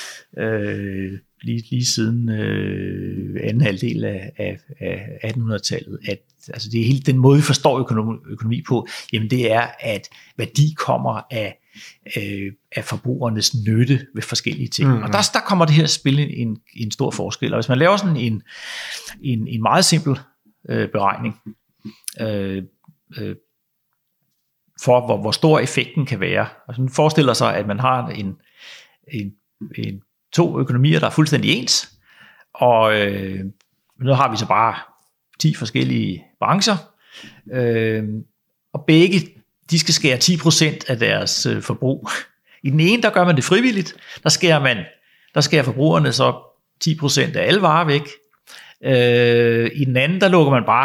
øh, lige, lige siden øh, anden halvdel af, af, af attenhundredetallet, at altså det er helt den måde, vi forstår økonomi, økonomi på, jamen det er, at værdi kommer af, øh, af forbrugernes nytte ved forskellige ting. Mm-hmm. Og der, der kommer det her at spille en, en stor forskel. Og hvis man laver sådan en, en, en meget simpel øh, beregning øh, øh, for, hvor, hvor stor effekten kan være, og man forestiller sig, at man har en, en, en to økonomier, der er fuldstændig ens, og øh, nu har vi så bare ti forskellige brancher, øh, og begge, de skal skære ti procent af deres øh, forbrug. I den ene, der gør man det frivilligt, der skærer man, der skærer forbrugerne så ti procent af alle varer væk. Øh, I den anden, der lukker man bare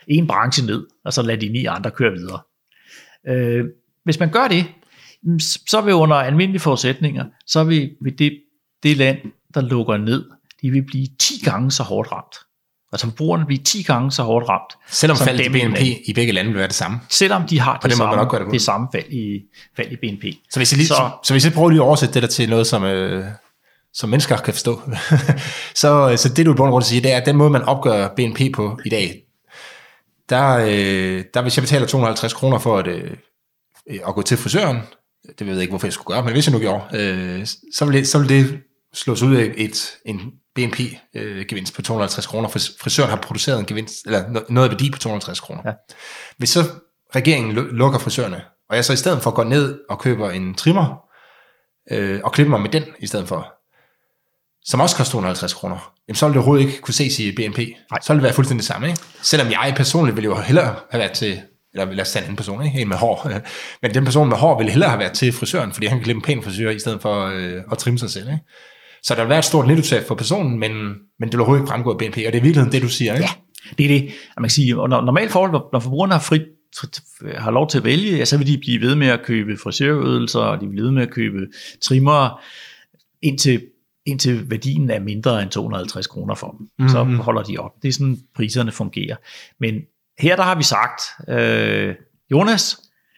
en branche ned, og så lade de ni andre køre videre. Øh, hvis man gør det, så vil under almindelige forudsætninger, så vil, vil det, det land, der lukker ned, de vil blive ti gange så hårdt ramt. Altså forbrugerne bliver ti gange så hårdt ramt. Selvom faldet i B N P i begge lande vil være det samme. Selvom de har det, det, samme, det, det samme fald i, fald i B N P. Så hvis jeg lige, så, så, så hvis jeg prøver lige at oversætte det der til noget, som, øh, som mennesker kan forstå, så, så det du i bund og grund siger, det er, at den måde, man opgør B N P på i dag, der, øh, der hvis jeg betaler to hundrede og halvtreds kroner for at, øh, at gå til frisøren, det ved jeg ikke, hvorfor jeg skulle gøre, men hvis jeg nu gjorde, øh, så, vil det, så vil det slås ud af et, en B N P-gevinst øh, på to hundrede og halvtreds kroner, for frisøren har produceret en gevinst, eller noget værdi på to hundrede og halvtreds kroner. Ja. Hvis så regeringen lukker frisørerne, og jeg så i stedet for går ned og køber en trimmer, øh, og klipper mig med den i stedet for, som også koster to hundrede og halvtreds kroner, jamen så vil det overhovedet ikke kunne ses i B N P. Nej. Så vil det være fuldstændig det samme, ikke? Selvom jeg personligt ville jo hellere have været til, eller lad os tage en person, ikke? En med hår, men den person med hår ville hellere have været til frisøren, fordi han kan klippe en pæn frisør, i stedet for øh, at trimme sig selv, ikke? Så der vil være et stort nettotab for personen, men, men det vil overhovedet ikke fremgå af B N P, og det er i virkeligheden det, du siger, ikke? Ja, det er det. Man kan sige, under normalt forhold, når forbrugerne har, fri, har lov til at vælge, ja, så vil de blive ved med at købe frisørydelser, og de vil blive ved med at købe trimmer, indtil, indtil værdien er mindre end to hundrede og halvtreds kroner for dem. Mm-hmm. Så holder de op. Det er sådan, priserne fungerer. Men her der har vi sagt, øh, Jonas,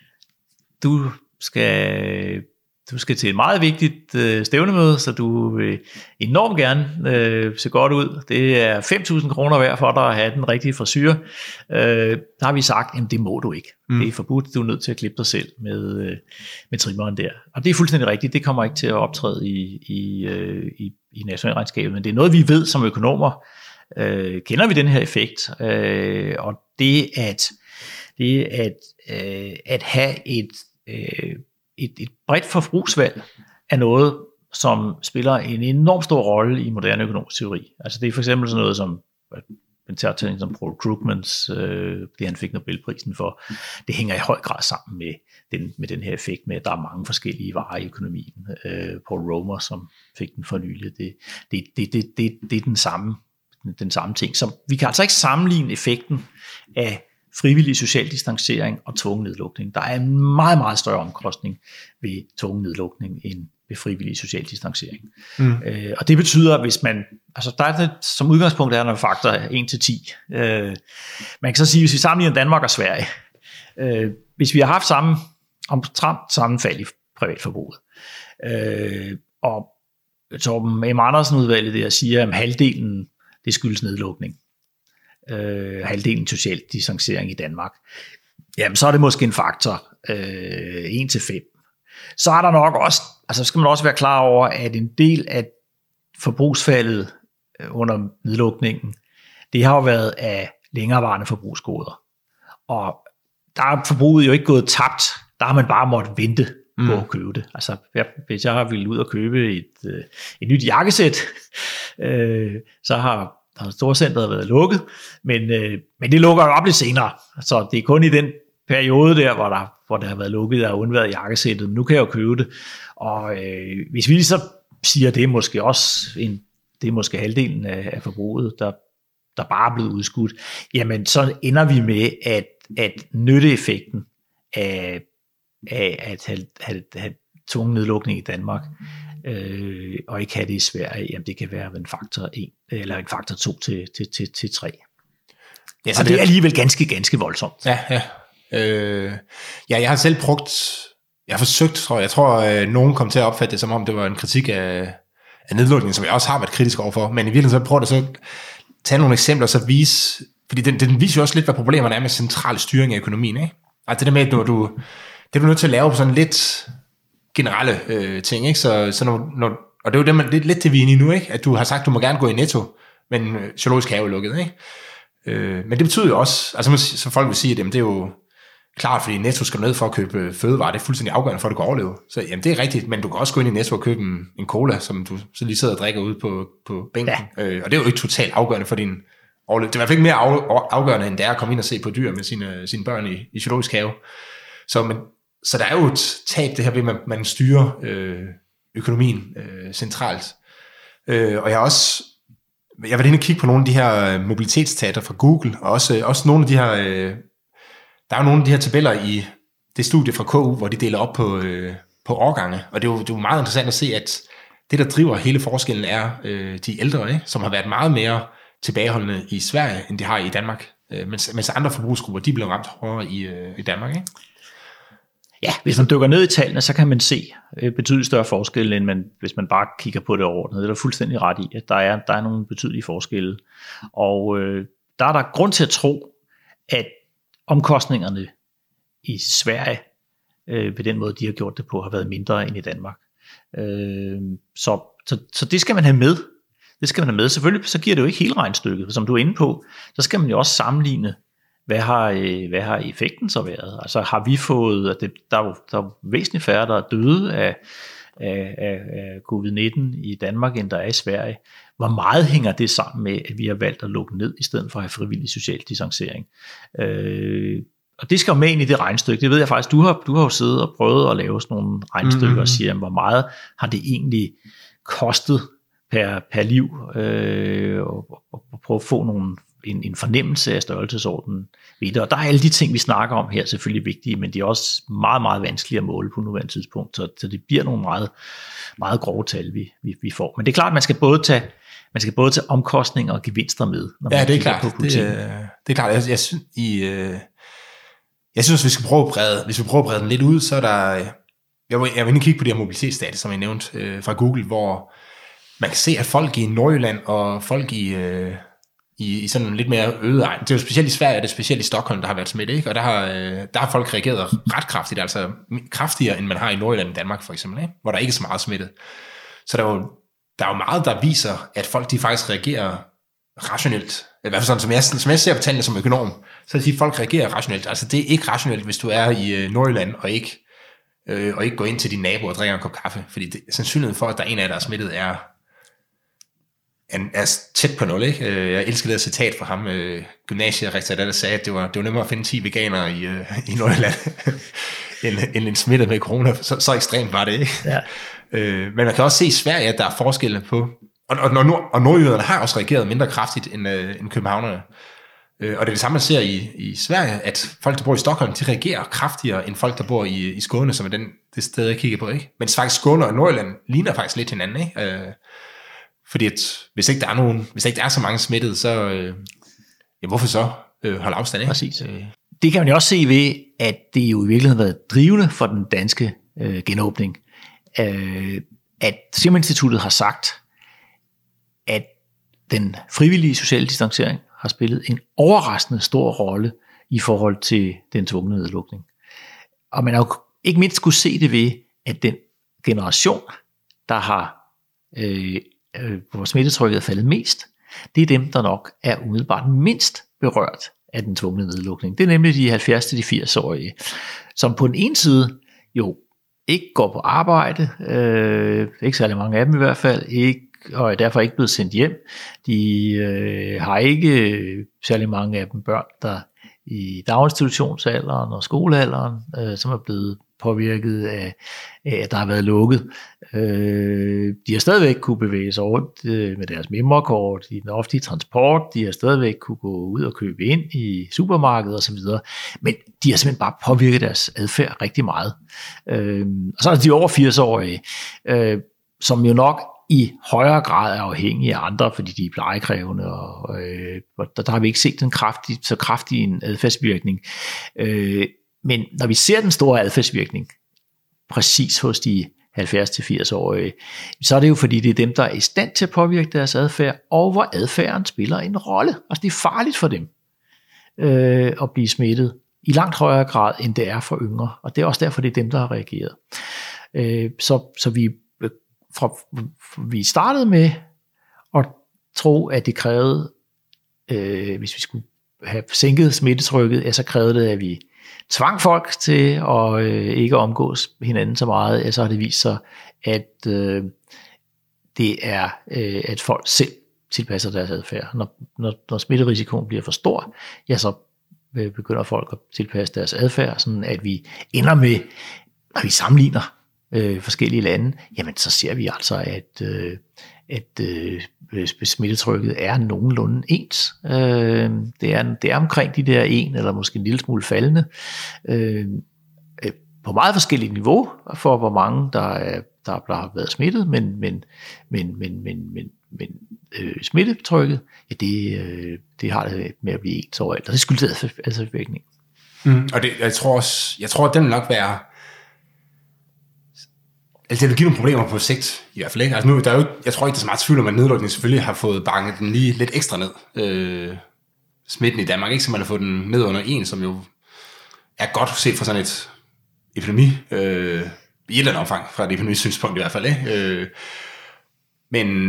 du skal... Du skal til et meget vigtigt øh, stævnemøde, så du vil enormt gerne øh, se godt ud. Det er fem tusind kroner værd for dig at have den rigtige frisyr. Øh, der har vi sagt, at det må du ikke. Mm. Det er forbudt, du er nødt til at klippe dig selv med, øh, med trimmeren der. Og det er fuldstændig rigtigt, det kommer ikke til at optræde i, i, øh, i, i nationalregnskabet, men det er noget, vi ved som økonomer. Øh, kender vi den her effekt? Øh, og det at, det at, øh, at have et... Øh, Et, et bredt forbrugsvalg er noget, som spiller en enorm stor rolle i moderne økonomisk teori. Altså det er for eksempel sådan noget som, en tertning som Paul Krugmans, øh, det han fik Nobelprisen for, det hænger i høj grad sammen med den, med den her effekt med, at der er mange forskellige varer i økonomien. Øh, Paul Romer, som fik den for nylig, det, det, det, det, det, det er den samme, den samme ting. Så vi kan altså ikke sammenligne effekten af frivillig social distancering og tvungen nedlukning. Der er en meget, meget større omkostning ved tvungen nedlukning end ved frivillig social distancering. Mm. Øh, og det betyder, at hvis man, altså der er det, som udgangspunkt er der en faktor en til ti. Øh, man kan så sige, hvis vi sammenligner Danmark og Sverige, øh, hvis vi har haft samme, omtrent samme fald i privatforbruget, øh, og Torben M. Andersen-udvalget der siger, at halvdelen, det skyldes nedlukning. Øh, halvdelen social distancering i Danmark, jamen så er det måske en faktor øh, en til fem. Så er der nok også, altså skal man også være klar over, at en del af forbrugsfaldet under nedlukningen, det har jo været af længerevarende forbrugsgoder. Og der er forbruget jo ikke gået tabt, der har man bare måttet vente mm. på at købe det. Altså hvis jeg ville ud og købe et, et nyt jakkesæt, øh, så har Der har storcenteret været lukket, men, øh, men det lukker op lidt senere. Så det er kun i den periode der, hvor der, hvor der har været lukket, der har undværet jakkesættet. Men nu kan jeg jo købe det. Og øh, hvis vi så siger, det er måske også en, det er måske halvdelen af, af forbruget, der, der bare er blevet udskudt, jamen så ender vi med, at, at nytteeffekten af, af at have, have, have tvungen nedlukning i Danmark, Øh, og ikke have det i Sverige, jamen det kan være en faktor en eller en faktor to til, til, til, til tre. Ja, så og det er alligevel ganske, ganske voldsomt. Ja, ja. Øh, ja, jeg har selv brugt, jeg har forsøgt, tror jeg, jeg tror, øh, nogen kom til at opfatte det, som om det var en kritik af, af nedlukningen, som jeg også har været kritisk overfor, men i virkeligheden så prøver jeg så at tage nogle eksempler, og så vise, fordi den, den viser jo også lidt, hvad problemerne er med central styring af økonomien, ikke? Altså det der med, at du, du, det er du nødt til at lave på sådan lidt generelle øh, ting, ikke? Så, så når, når, og det er jo det, man, det er lidt det, vi er inde i nu, ikke? At du har sagt, du må gerne gå i Netto, men øh, zoologisk have er lukket, ikke? Øh, men det betyder jo også, altså så folk vil sige, at jamen, det er jo klart, fordi Netto skal ned for at købe fødevarer, det er fuldstændig afgørende for, at du kan overleve. Så jamen, det er rigtigt, men du kan også gå ind i Netto og købe en, en cola, som du så lige sidder og drikker ude på, på bænken. Ja. Øh, og det er jo ikke totalt afgørende for din overlevelse. Det er i hvert fald ikke mere af, afgørende, end det er at komme ind og se på dyr med sine, sine børn i, i zoologisk have. Så, men, så der er jo et tab, det her ved, at man, man styrer øh, økonomien øh, centralt. Øh, og jeg har også Jeg var inde og kigge på nogle af de her mobilitetsdata fra Google, og også, også nogle af de her, øh, der er jo nogle af de her tabeller i det studie fra K U, hvor de deler op på, øh, på årgange, og det er, jo, det er jo meget interessant at se, at det, der driver hele forskellen, er øh, de ældre, ikke? Som har været meget mere tilbageholdende i Sverige, end de har i Danmark, øh, mens, mens andre forbrugsgrupper, de bliver ramt hårdere i, øh, i Danmark, ikke? Ja, hvis man dykker ned i tallene, så kan man se betydeligt større forskelle, end man, hvis man bare kigger på det overordnet. Det er der fuldstændig ret i, at der er, der er nogle betydelige forskelle. Og øh, der er der grund til at tro, at omkostningerne i Sverige, øh, ved den måde, de har gjort det på, har været mindre end i Danmark. Øh, så, så, så det skal man have med. Det skal man have med. Selvfølgelig så giver det jo ikke hele regnstykket. Som du er inde på, så skal man jo også sammenligne, Hvad har, hvad har effekten så været? Altså har vi fået, at det, der, er jo, der er væsentligt færre, der er døde af, af, af, af covid nitten i Danmark, end der er i Sverige. Hvor meget hænger det sammen med, at vi har valgt at lukke ned, i stedet for at have frivillig social distancering? Øh, og det skal jo med ind i det regnestykke. Det ved jeg faktisk, du har, du har jo siddet og prøvet at lave sådan nogle regnestykker, mm-hmm. og siger, hvor meget har det egentlig kostet per, per liv, øh, og, og, og prøve at få nogle En, en fornemmelse af størrelsesordenen ved det. Og der er alle de ting, vi snakker om her, selvfølgelig vigtige, men de er også meget, meget vanskelige at måle på nuværende tidspunkt, så, så det bliver nogle meget, meget grove tal, vi, vi, vi får. Men det er klart, at man skal både tage, man skal både tage omkostninger og gevinster med, når man ja, det er klart. på politikken. Det, det er klart. Jeg, jeg, synes, i, øh, jeg synes, vi skal prøve at brede, hvis vi prøver at brede den lidt ud, så er der, jeg vil, jeg vil inde kigge på de her mobilitetsdata, som jeg nævnte øh, fra Google, hvor man kan se, at folk i Nordjylland og folk i øh, I, i sådan en lidt mere øde egen. Det er jo specielt i Sverige, og det er specielt i Stockholm, der har været smidt, ikke? Og der har, der har folk reageret ret kraftigt, altså kraftigere, end man har i Nordjylland og Danmark for eksempel, ikke? Hvor der ikke er så meget smittet. Så der er, jo, der er jo meget, der viser, at folk de faktisk reagerer rationelt. I hvert fald sådan, som jeg, som jeg ser på tallene som økonom, så at sige, at folk reagerer rationelt. Altså det er ikke rationelt, hvis du er i Nordjylland og ikke, øh, og ikke går ind til din nabo og drikker en kop kaffe, fordi det, sandsynligheden for, at der er en af der er smittet, er er tæt på nul, ikke? Jeg elsker det citat fra ham, gymnasierektor, der sagde, at det var, det var nemmere at finde ti veganere i, i Nordjylland, end, end en smittet med corona. Så, så ekstremt var det, ikke? Ja. Men man kan også se i Sverige, at der er forskelle på, og, og, og, og nordjyderne har også reageret mindre kraftigt end, end københavnerne. Og det er det samme, man ser i, i Sverige, at folk, der bor i Stockholm, de reagerer kraftigere end folk, der bor i, i Skåne, som er den, det sted, jeg kigger på, ikke? Men faktisk Skåne og Nordjylland ligner faktisk lidt hinanden, ikke? Fordi at, hvis ikke der er nogen, hvis ikke der er så mange smittede, så øh, ja, hvorfor så øh, holde afstand, ikke? Præcis. Det kan man jo også se ved, at det jo i virkeligheden har været drivende for den danske øh, genåbning, øh, at Serum Instituttet har sagt, at den frivillige sociale distancering har spillet en overraskende stor rolle i forhold til den tvungne nedlukning. Og man har jo ikke mindst kunne se det ved, at den generation, der har øh, hvor smittetrykket er faldet mest, det er dem, der nok er umiddelbart mindst berørt af den tvungne nedlukning. Det er nemlig de halvfjerds til firs-årige, som på den ene side jo ikke går på arbejde, øh, ikke særlig mange af dem i hvert fald, ikke, og er derfor ikke blevet sendt hjem. De øh, har ikke særlig mange af dem børn, der i daginstitutionsalderen og skolealderen, øh, som er blevet påvirket af, af, at der har været lukket. Øh, de har stadigvæk kunne bevæge sig rundt øh, med deres memorkort i den offentlige transport. De har stadigvæk kunne gå ud og købe ind i supermarkedet osv. Men de har simpelthen bare påvirket deres adfærd rigtig meget. Øh, og så er der de over firs-årige, øh, som jo nok i højere grad er afhængige af andre, fordi de er plejekrævende, og, øh, og der, der har vi ikke set den kraftig, så kraftig en adfærdsvirkning. Øh, men når vi ser den store adfærdsvirkning, præcis hos de halvfjerds til firs-årige, så er det jo fordi, det er dem, der er i stand til at påvirke deres adfærd, og hvor adfærden spiller en rolle. Altså det er farligt for dem øh, at blive smittet i langt højere grad, end det er for yngre, og det er også derfor, det er dem, der har reageret. Øh, så, så vi Fra, vi startede med at tro, at det krævede, øh, hvis vi skulle have sænket smittetrykket, ja, så krævede det, at vi tvang folk til at øh, ikke omgås hinanden så meget, ja, så har det vist sig, at øh, det er, øh, at folk selv tilpasser deres adfærd. Når, når, når smitterisikoen bliver for stor, ja, så øh, begynder folk at tilpasse deres adfærd, sådan at vi ender med, når vi sammenligner Øh, forskellige lande, jamen så ser vi altså, at, øh, at øh, smittetrykket er nogenlunde ens. Øh, det, er, det er omkring de der en, eller måske en lille smule faldende, øh, på meget forskelligt niveau for, hvor mange der, er, der har været smittet, men, men, men, men, men, men, men øh, smittetrykket, ja, det, øh, det har det med at blive ens overalt, og det skyldes altså virkning. Mm, og det, jeg tror også, jeg tror, at den vil nok være, altså det vil give nogle problemer på sigt, i hvert fald ikke. Altså nu, der er jo, jeg tror ikke, der er så meget tvivl om, at nedlukningen selvfølgelig har fået banket den lige lidt ekstra ned. Øh, smitten i Danmark, ikke? Så man har fået den ned under en, som jo er godt set fra sådan et epidemi, øh, i et eller andet omfang, fra et epidemisynspunkt i hvert fald, ikke? Øh, men,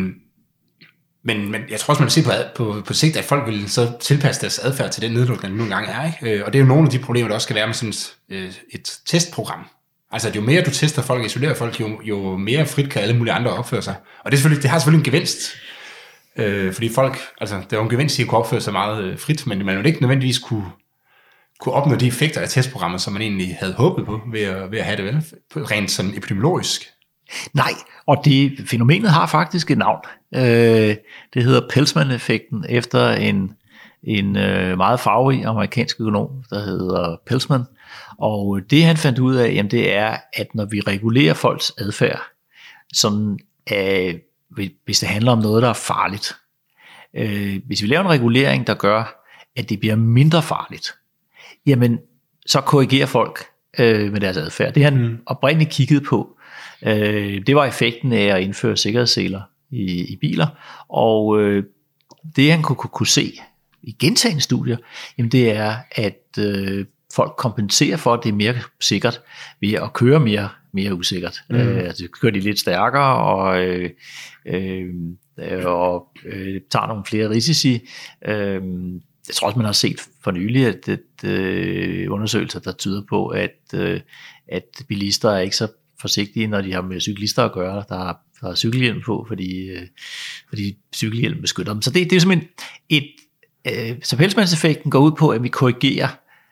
men, men jeg tror også, man vil se på, på, på sigt, at folk vil så tilpasse deres adfærd til den nedlukning, der nu engang er, ikke? Øh, og det er jo nogle af de problemer, der også skal være med sådan et, et testprogram. Altså, at jo mere du tester folk og isolerer folk, jo, jo mere frit kan alle mulige andre opføre sig. Og det, er selvfølgelig, det har selvfølgelig en gevinst, øh, fordi folk, altså, det er jo en gevinst, at kunne opføre sig meget øh, frit, men man vil ikke nødvendigvis kunne kunne opnå de effekter af testprogrammet, som man egentlig havde håbet på ved at, ved at have det vel, rent sådan epidemiologisk. Nej, og det fænomenet har faktisk et navn. Øh, det hedder Peltzman-effekten, efter en, en øh, meget farverig amerikansk økonom, der hedder Peltzman. Og det han fandt ud af, jamen, det er, at når vi regulerer folks adfærd, sådan, øh, hvis det handler om noget, der er farligt, øh, hvis vi laver en regulering, der gør, at det bliver mindre farligt, jamen, så korrigerer folk øh, med deres adfærd. Det han mm. oprindeligt kiggede på, øh, det var effekten af at indføre sikkerhedsseler i, i biler, og øh, det han kunne, kunne se i gentagne studier, jamen det er, at øh, folk kompenserer for, at det er mere sikkert ved at køre mere, mere usikkert. Mm. Øh, altså kører de lidt stærkere, og, øh, øh, og øh, tager nogle flere risici. Øh, Jeg tror også, man har set for nylig, at det, øh, undersøgelser, der tyder på, at, øh, at bilister er ikke så forsigtige, når de har med cyklister at gøre, der har, der har cykelhjelm på, fordi, øh, fordi cykelhjelm beskytter dem. Så det, det er simpelthen et, øh, så Peltzman-effekten går ud på, at vi korrigerer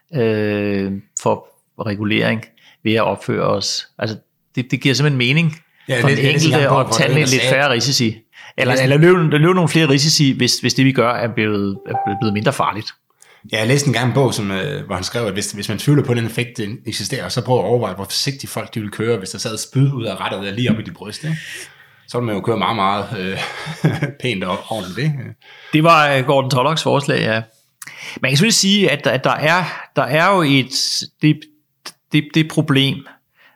øh, for regulering ved at opføre os. Altså, det, det giver simpelthen mening ja, for det, den enkelte at tage lidt færre risici. Eller, eller løbe, løbe nogle flere risici, hvis, hvis det vi gør er blevet, er blevet mindre farligt. Ja, jeg læste en gang en bog, som, øh, hvor han skrev, at hvis, hvis man tvivler på, at den effekt den eksisterer, så prøv at overveje, hvor forsigtigt folk de vil køre, hvis der sad spyd ud af rettet lige op i dit bryst. Ikke? Så vil man jo køre meget, meget øh, pænt og ordentligt. Ikke? Det var Gordon Tollocks forslag, ja. Man kan selvfølgelig sige, at, at der, er, der er jo et det, det, det problem,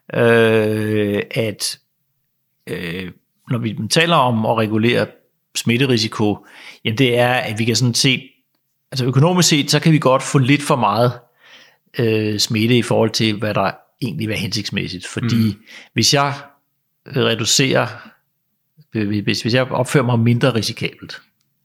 øh, at øh, når vi taler om at regulere smitterisiko, jamen det er, at vi kan sådan set, altså økonomisk set, så kan vi godt få lidt for meget øh, smitte i forhold til, hvad der egentlig er hensigtsmæssigt. Fordi mm. hvis jeg reducerer, hvis, hvis jeg opfører mig mindre risikabelt,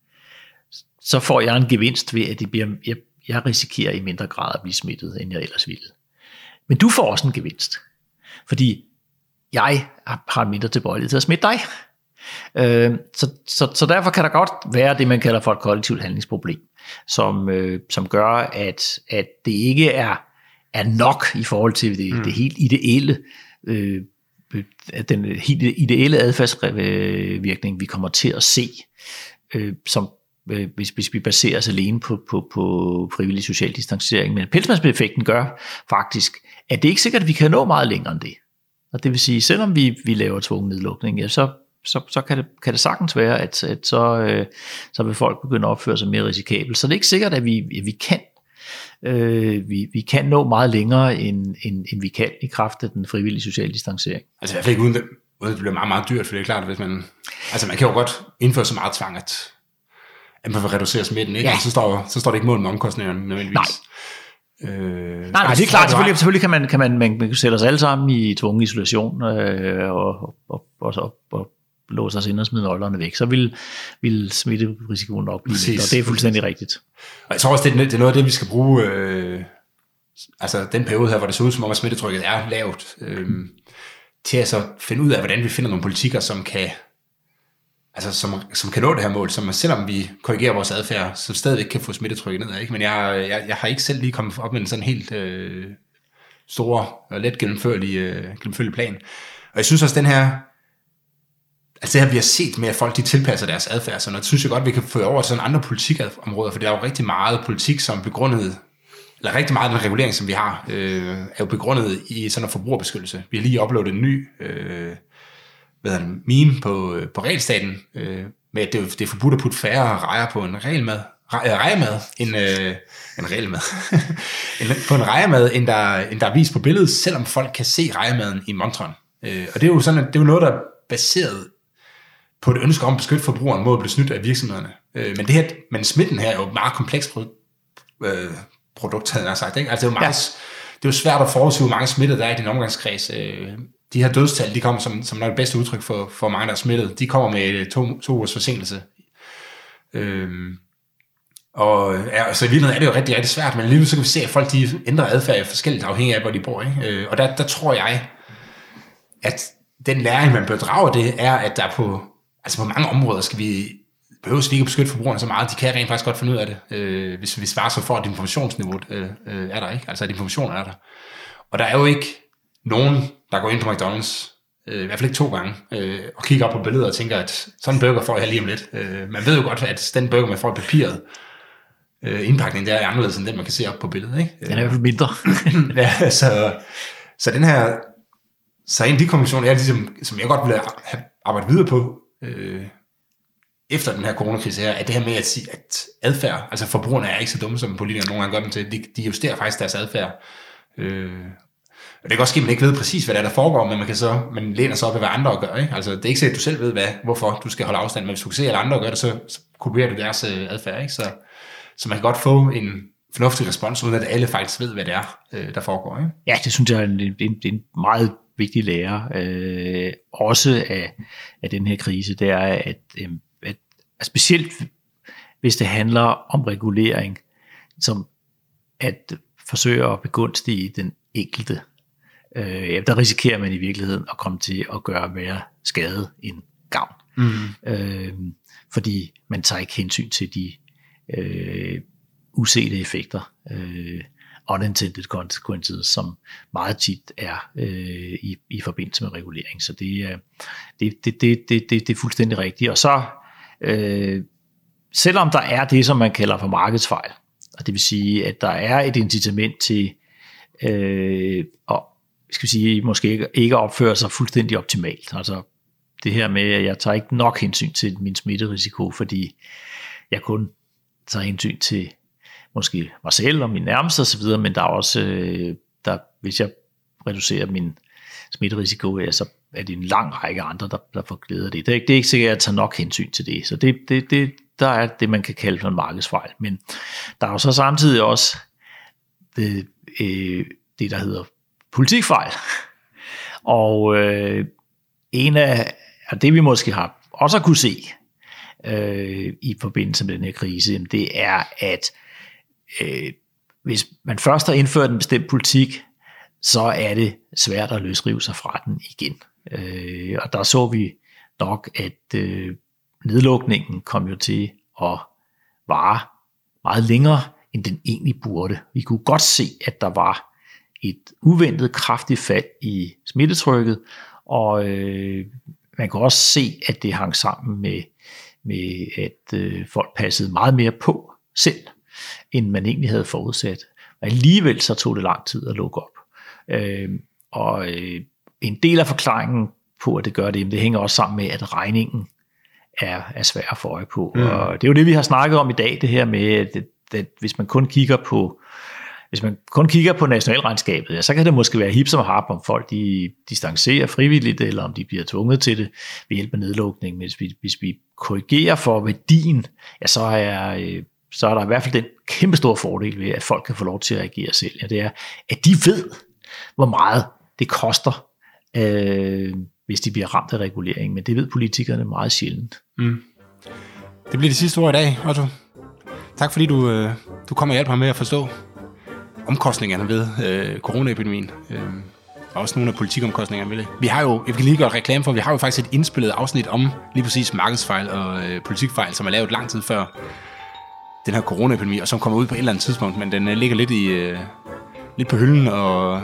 så får jeg en gevinst ved, at det bliver, jeg, jeg risikerer i mindre grad at blive smittet, end jeg ellers ville. Men du får også en gevinst, fordi jeg har mindre tilbøjelighed til at smitte dig. Øh, så, så, så derfor kan der godt være det, man kalder for et kollektivt handlingsproblem, som, øh, som gør, at, at det ikke er, er nok i forhold til det, mm. det helt ideelle, øh, den helt ideelle adfærdsvirkning, vi kommer til at se, øh, som øh, hvis, hvis vi baserer os alene på, på, på frivillig social distancering. Men Peltzman-effekten gør faktisk, at det ikke er sikkert, at vi kan nå meget længere end det. Og det vil sige, selvom vi, vi laver tvungen nedlukning, ja, så, så, så kan, det, kan det sagtens være, at, at så, øh, så vil folk begynde at opføre sig mere risikabelt. Så det er ikke sikkert, at vi, at vi, kan, øh, vi, vi kan nå meget længere, end, end, end vi kan i kraft af den frivillige sociale distancering. Altså i hvert fald ikke uden det, uden det bliver meget, meget dyrt, for det er klart, hvis man, altså man kan jo godt indføre så meget tvang, at, at man vil reducere smitten, ikke? Ja. Så, står, så står det ikke mål med omkostningerne nødvendigvis. Nej. Øh, nej, nej, det er klart, selvfølgelig, selvfølgelig kan man, kan man, man, man sætte os alle sammen i tvungen isolation øh, og, og, og, og, og, og låse os ind og smide nøglerne væk, så vil, vil smitterisikoen nok blive lidt, og det er fuldstændig rigtigt. Og jeg tror også, det er, det er noget af det, vi skal bruge, øh, altså den periode her, hvor det så ud som om, at smittetrykket er lavt, øh, til at så finde ud af, hvordan vi finder nogle politikker, som kan altså som, som kan nå det her mål, som selvom vi korrigerer vores adfærd, så stadigvæk kan få smittetrykket ned, ikke? Men jeg, jeg, jeg har ikke selv lige kommet op med en sådan helt øh, stor og let gennemførlig, øh, gennemførlig plan. Og jeg synes også, den her, Altså det her, vi har set med, at folk de tilpasser deres adfærd, så det synes jeg godt, vi kan få over til sådan andre politikområder, for der er jo rigtig meget politik, som begrundet, eller rigtig meget af den regulering, som vi har, øh, er jo begrundet i sådan en forbrugerbeskyttelse. Vi har lige uploadet en ny øh, hvad hedder det, meme på, på Regelstaten, øh, med at det, det er forbudt at putte færre rejer på en regelmad, rejemad, end øh, en regelmad, på en rejemad, end der, end der er vist på billedet, selvom folk kan se rejemaden i montren. Øh, og det er jo sådan, det er jo noget, der er baseret på et ønske om at beskytte forbrugeren mod at blive snydt af virksomhederne. Øh, men, det her, men smitten her er jo et meget komplekst pro- øh, produkt, havde jeg sagt. Ikke? Altså, det, er jo meget, ja. det er jo svært at forudsige, hvor mange smittede der er i din omgangskreds. Øh, de her dødstal, de kommer som, som nok det bedste udtryk for, for mange, der er smittet. De kommer med to, to ugers forsinkelse. Øh, og ja, så i virkeligheden er det jo rigtig, rigtig svært, men alligevel så kan vi se, at folk de ændrer adfærd forskelligt afhængig af, hvor de bor. Ikke? Øh, og der, der tror jeg, at den læring, man bør drage af det, er, at der på, altså på mange områder skal vi, behøves vi ikke at beskytte forbrugerne så meget. De kan rent faktisk godt finde ud af det, øh, hvis vi svarer så for, at informationsniveauet øh, øh, er der, ikke? Altså at informationen er der. Og der er jo ikke nogen, der går ind på McDonald's, øh, i hvert fald ikke to gange, øh, og kigger op på billedet og tænker, at sådan en burger får jeg lige om lidt. Øh, man ved jo godt, at den burger, man får i papiret, øh, indpakningen der er anderledes end den, man kan se op på billedet. Ikke? Den er i hvert fald mindre. ja, så, så den her, så en af de konklusioner, jeg ligesom, som jeg godt vil have arbejdet videre på, øh, efter den her coronakrise her, er det her med at sige, at adfærd, altså forbrugerne er ikke så dumme, som politikerne nogle gange gør dem til, de, de justerer faktisk deres adfærd. Øh, og det kan også ske, at man ikke ved præcis, hvad der, er, der foregår, men man kan så, man læner sig op af, hvad andre gør. Ikke? Altså, det er ikke sikkert, at du selv ved, hvad, hvorfor du skal holde afstand, men hvis du kan se, at andre gør det, så, så kopierer du deres adfærd. Ikke? Så, så man kan godt få en fornuftig respons, uden at alle faktisk ved, hvad det er, der foregår. Ikke? Ja, det synes jeg er en, en, en meget vigtig lære, øh, også af, af den her krise, det er, at, at, at specielt hvis det handler om regulering, som at forsøge at begunstige den enkelte, øh, der risikerer man i virkeligheden at komme til at gøre mere skade end gavn. Mm. Øh, fordi man tager ikke hensyn til de øh, usete effekter, øh, unintended consequences, som meget tit er øh, i, i forbindelse med regulering. Så det er, det, det, det, det, det, det er fuldstændig rigtigt. Og så, øh, selvom der er det, som man kalder for markedsfejl, og det vil sige, at der er et incitament til øh, at skal vi sige, måske ikke, ikke opføre sig fuldstændig optimalt. Altså det her med, at jeg tager ikke nok hensyn til min smitterisiko, fordi jeg kun tager hensyn til måske mig selv og min nærmeste osv., men der er også, øh, der, hvis jeg reducerer min smitterisiko, ja, så er det en lang række andre, der, der får glæde af det. Det er, det er ikke sikkert, at jeg tager nok hensyn til det. Så det, det, det, der er det, man kan kalde for en markedsfejl. Men der er jo så samtidig også det, øh, det der hedder politikfejl. Og øh, en af og det, vi måske har også kunne se øh, i forbindelse med den her krise, det er, at øh, hvis man først har indført en bestemt politik, så er det svært at løsrive sig fra den igen. Øh, og der så vi nok, at øh, nedlukningen kom jo til at vare meget længere, end den egentlig burde. Vi kunne godt se, at der var et uventet kraftigt fald i smittetrykket, og øh, man kan også se, at det hang sammen med, med at øh, folk passede meget mere på selv, end man egentlig havde forudsat. Og alligevel så tog det lang tid at lukke op. Øh, og øh, en del af forklaringen på, at det gør det, det hænger også sammen med, at regningen er, er svær at få øje på. Mm. Og det er jo det, vi har snakket om i dag, det her med, at, at hvis man kun kigger på Hvis man kun kigger på nationalregnskabet, ja, så kan det måske være hip som harp, om folk de distancerer frivilligt, eller om de bliver tvunget til det ved hjælp af nedlukning. Men hvis vi, hvis vi korrigerer for værdien, ja, så, er, så er der i hvert fald den kæmpe store fordel ved, at folk kan få lov til at reagere selv. Ja, det er, at de ved, hvor meget det koster, øh, hvis de bliver ramt af regulering. Men det ved politikerne meget sjældent. Mm. Det bliver det sidste ord i dag, Otto. Tak fordi du, øh, du kommer og hjælper mig med at forstå omkostningerne ved øh, coronaepidemien, øh, og også nogle af politikomkostningerne ved det. Vi har jo, jeg kan lige gøre et reklame for, vi har jo faktisk et indspillet afsnit om lige præcis markedsfejl og øh, politikfejl, som er lavet lang tid før den her coronaepidemi, og som kommer ud på et eller andet tidspunkt, men den øh, ligger lidt i øh, lidt på hylden, og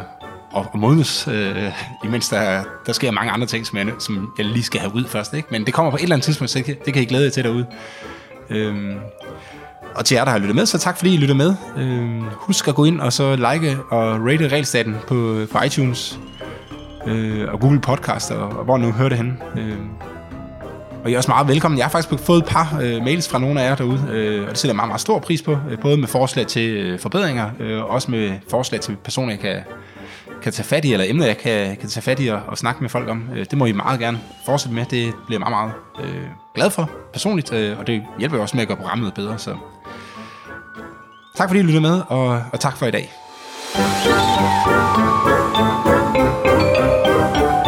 og, og modnes, øh, imens der, der sker mange andre ting, som jeg, som jeg lige skal have ud først. Ikke? Men det kommer på et eller andet tidspunkt, så det, det kan I glæde jer til derude. Øhm, og til jer, der har lyttet med, så tak fordi I lytter med. Øhm, husk at gå ind og så like og rate Regelstaten på, på iTunes øh, og Google Podcast, og, og hvor nu hører det henne. Øhm, og I er også meget velkommen. Jeg har faktisk fået et par øh, mails fra nogle af jer derude, øh, og det sætter jeg meget, meget stor pris på. Øh, både med forslag til øh, forbedringer, øh, og også med forslag til personer, jeg kan, kan tage fat i, eller emner, jeg kan, kan tage fat i og, og snakke med folk om. Øh, det må I meget gerne fortsætte med. Det bliver jeg meget, meget øh, glad for personligt, øh, og det hjælper jo også med at gøre programmet bedre. Så tak fordi I lyttede med, og, og tak for i dag.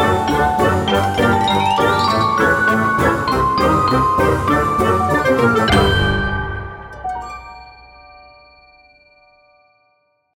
Thank you.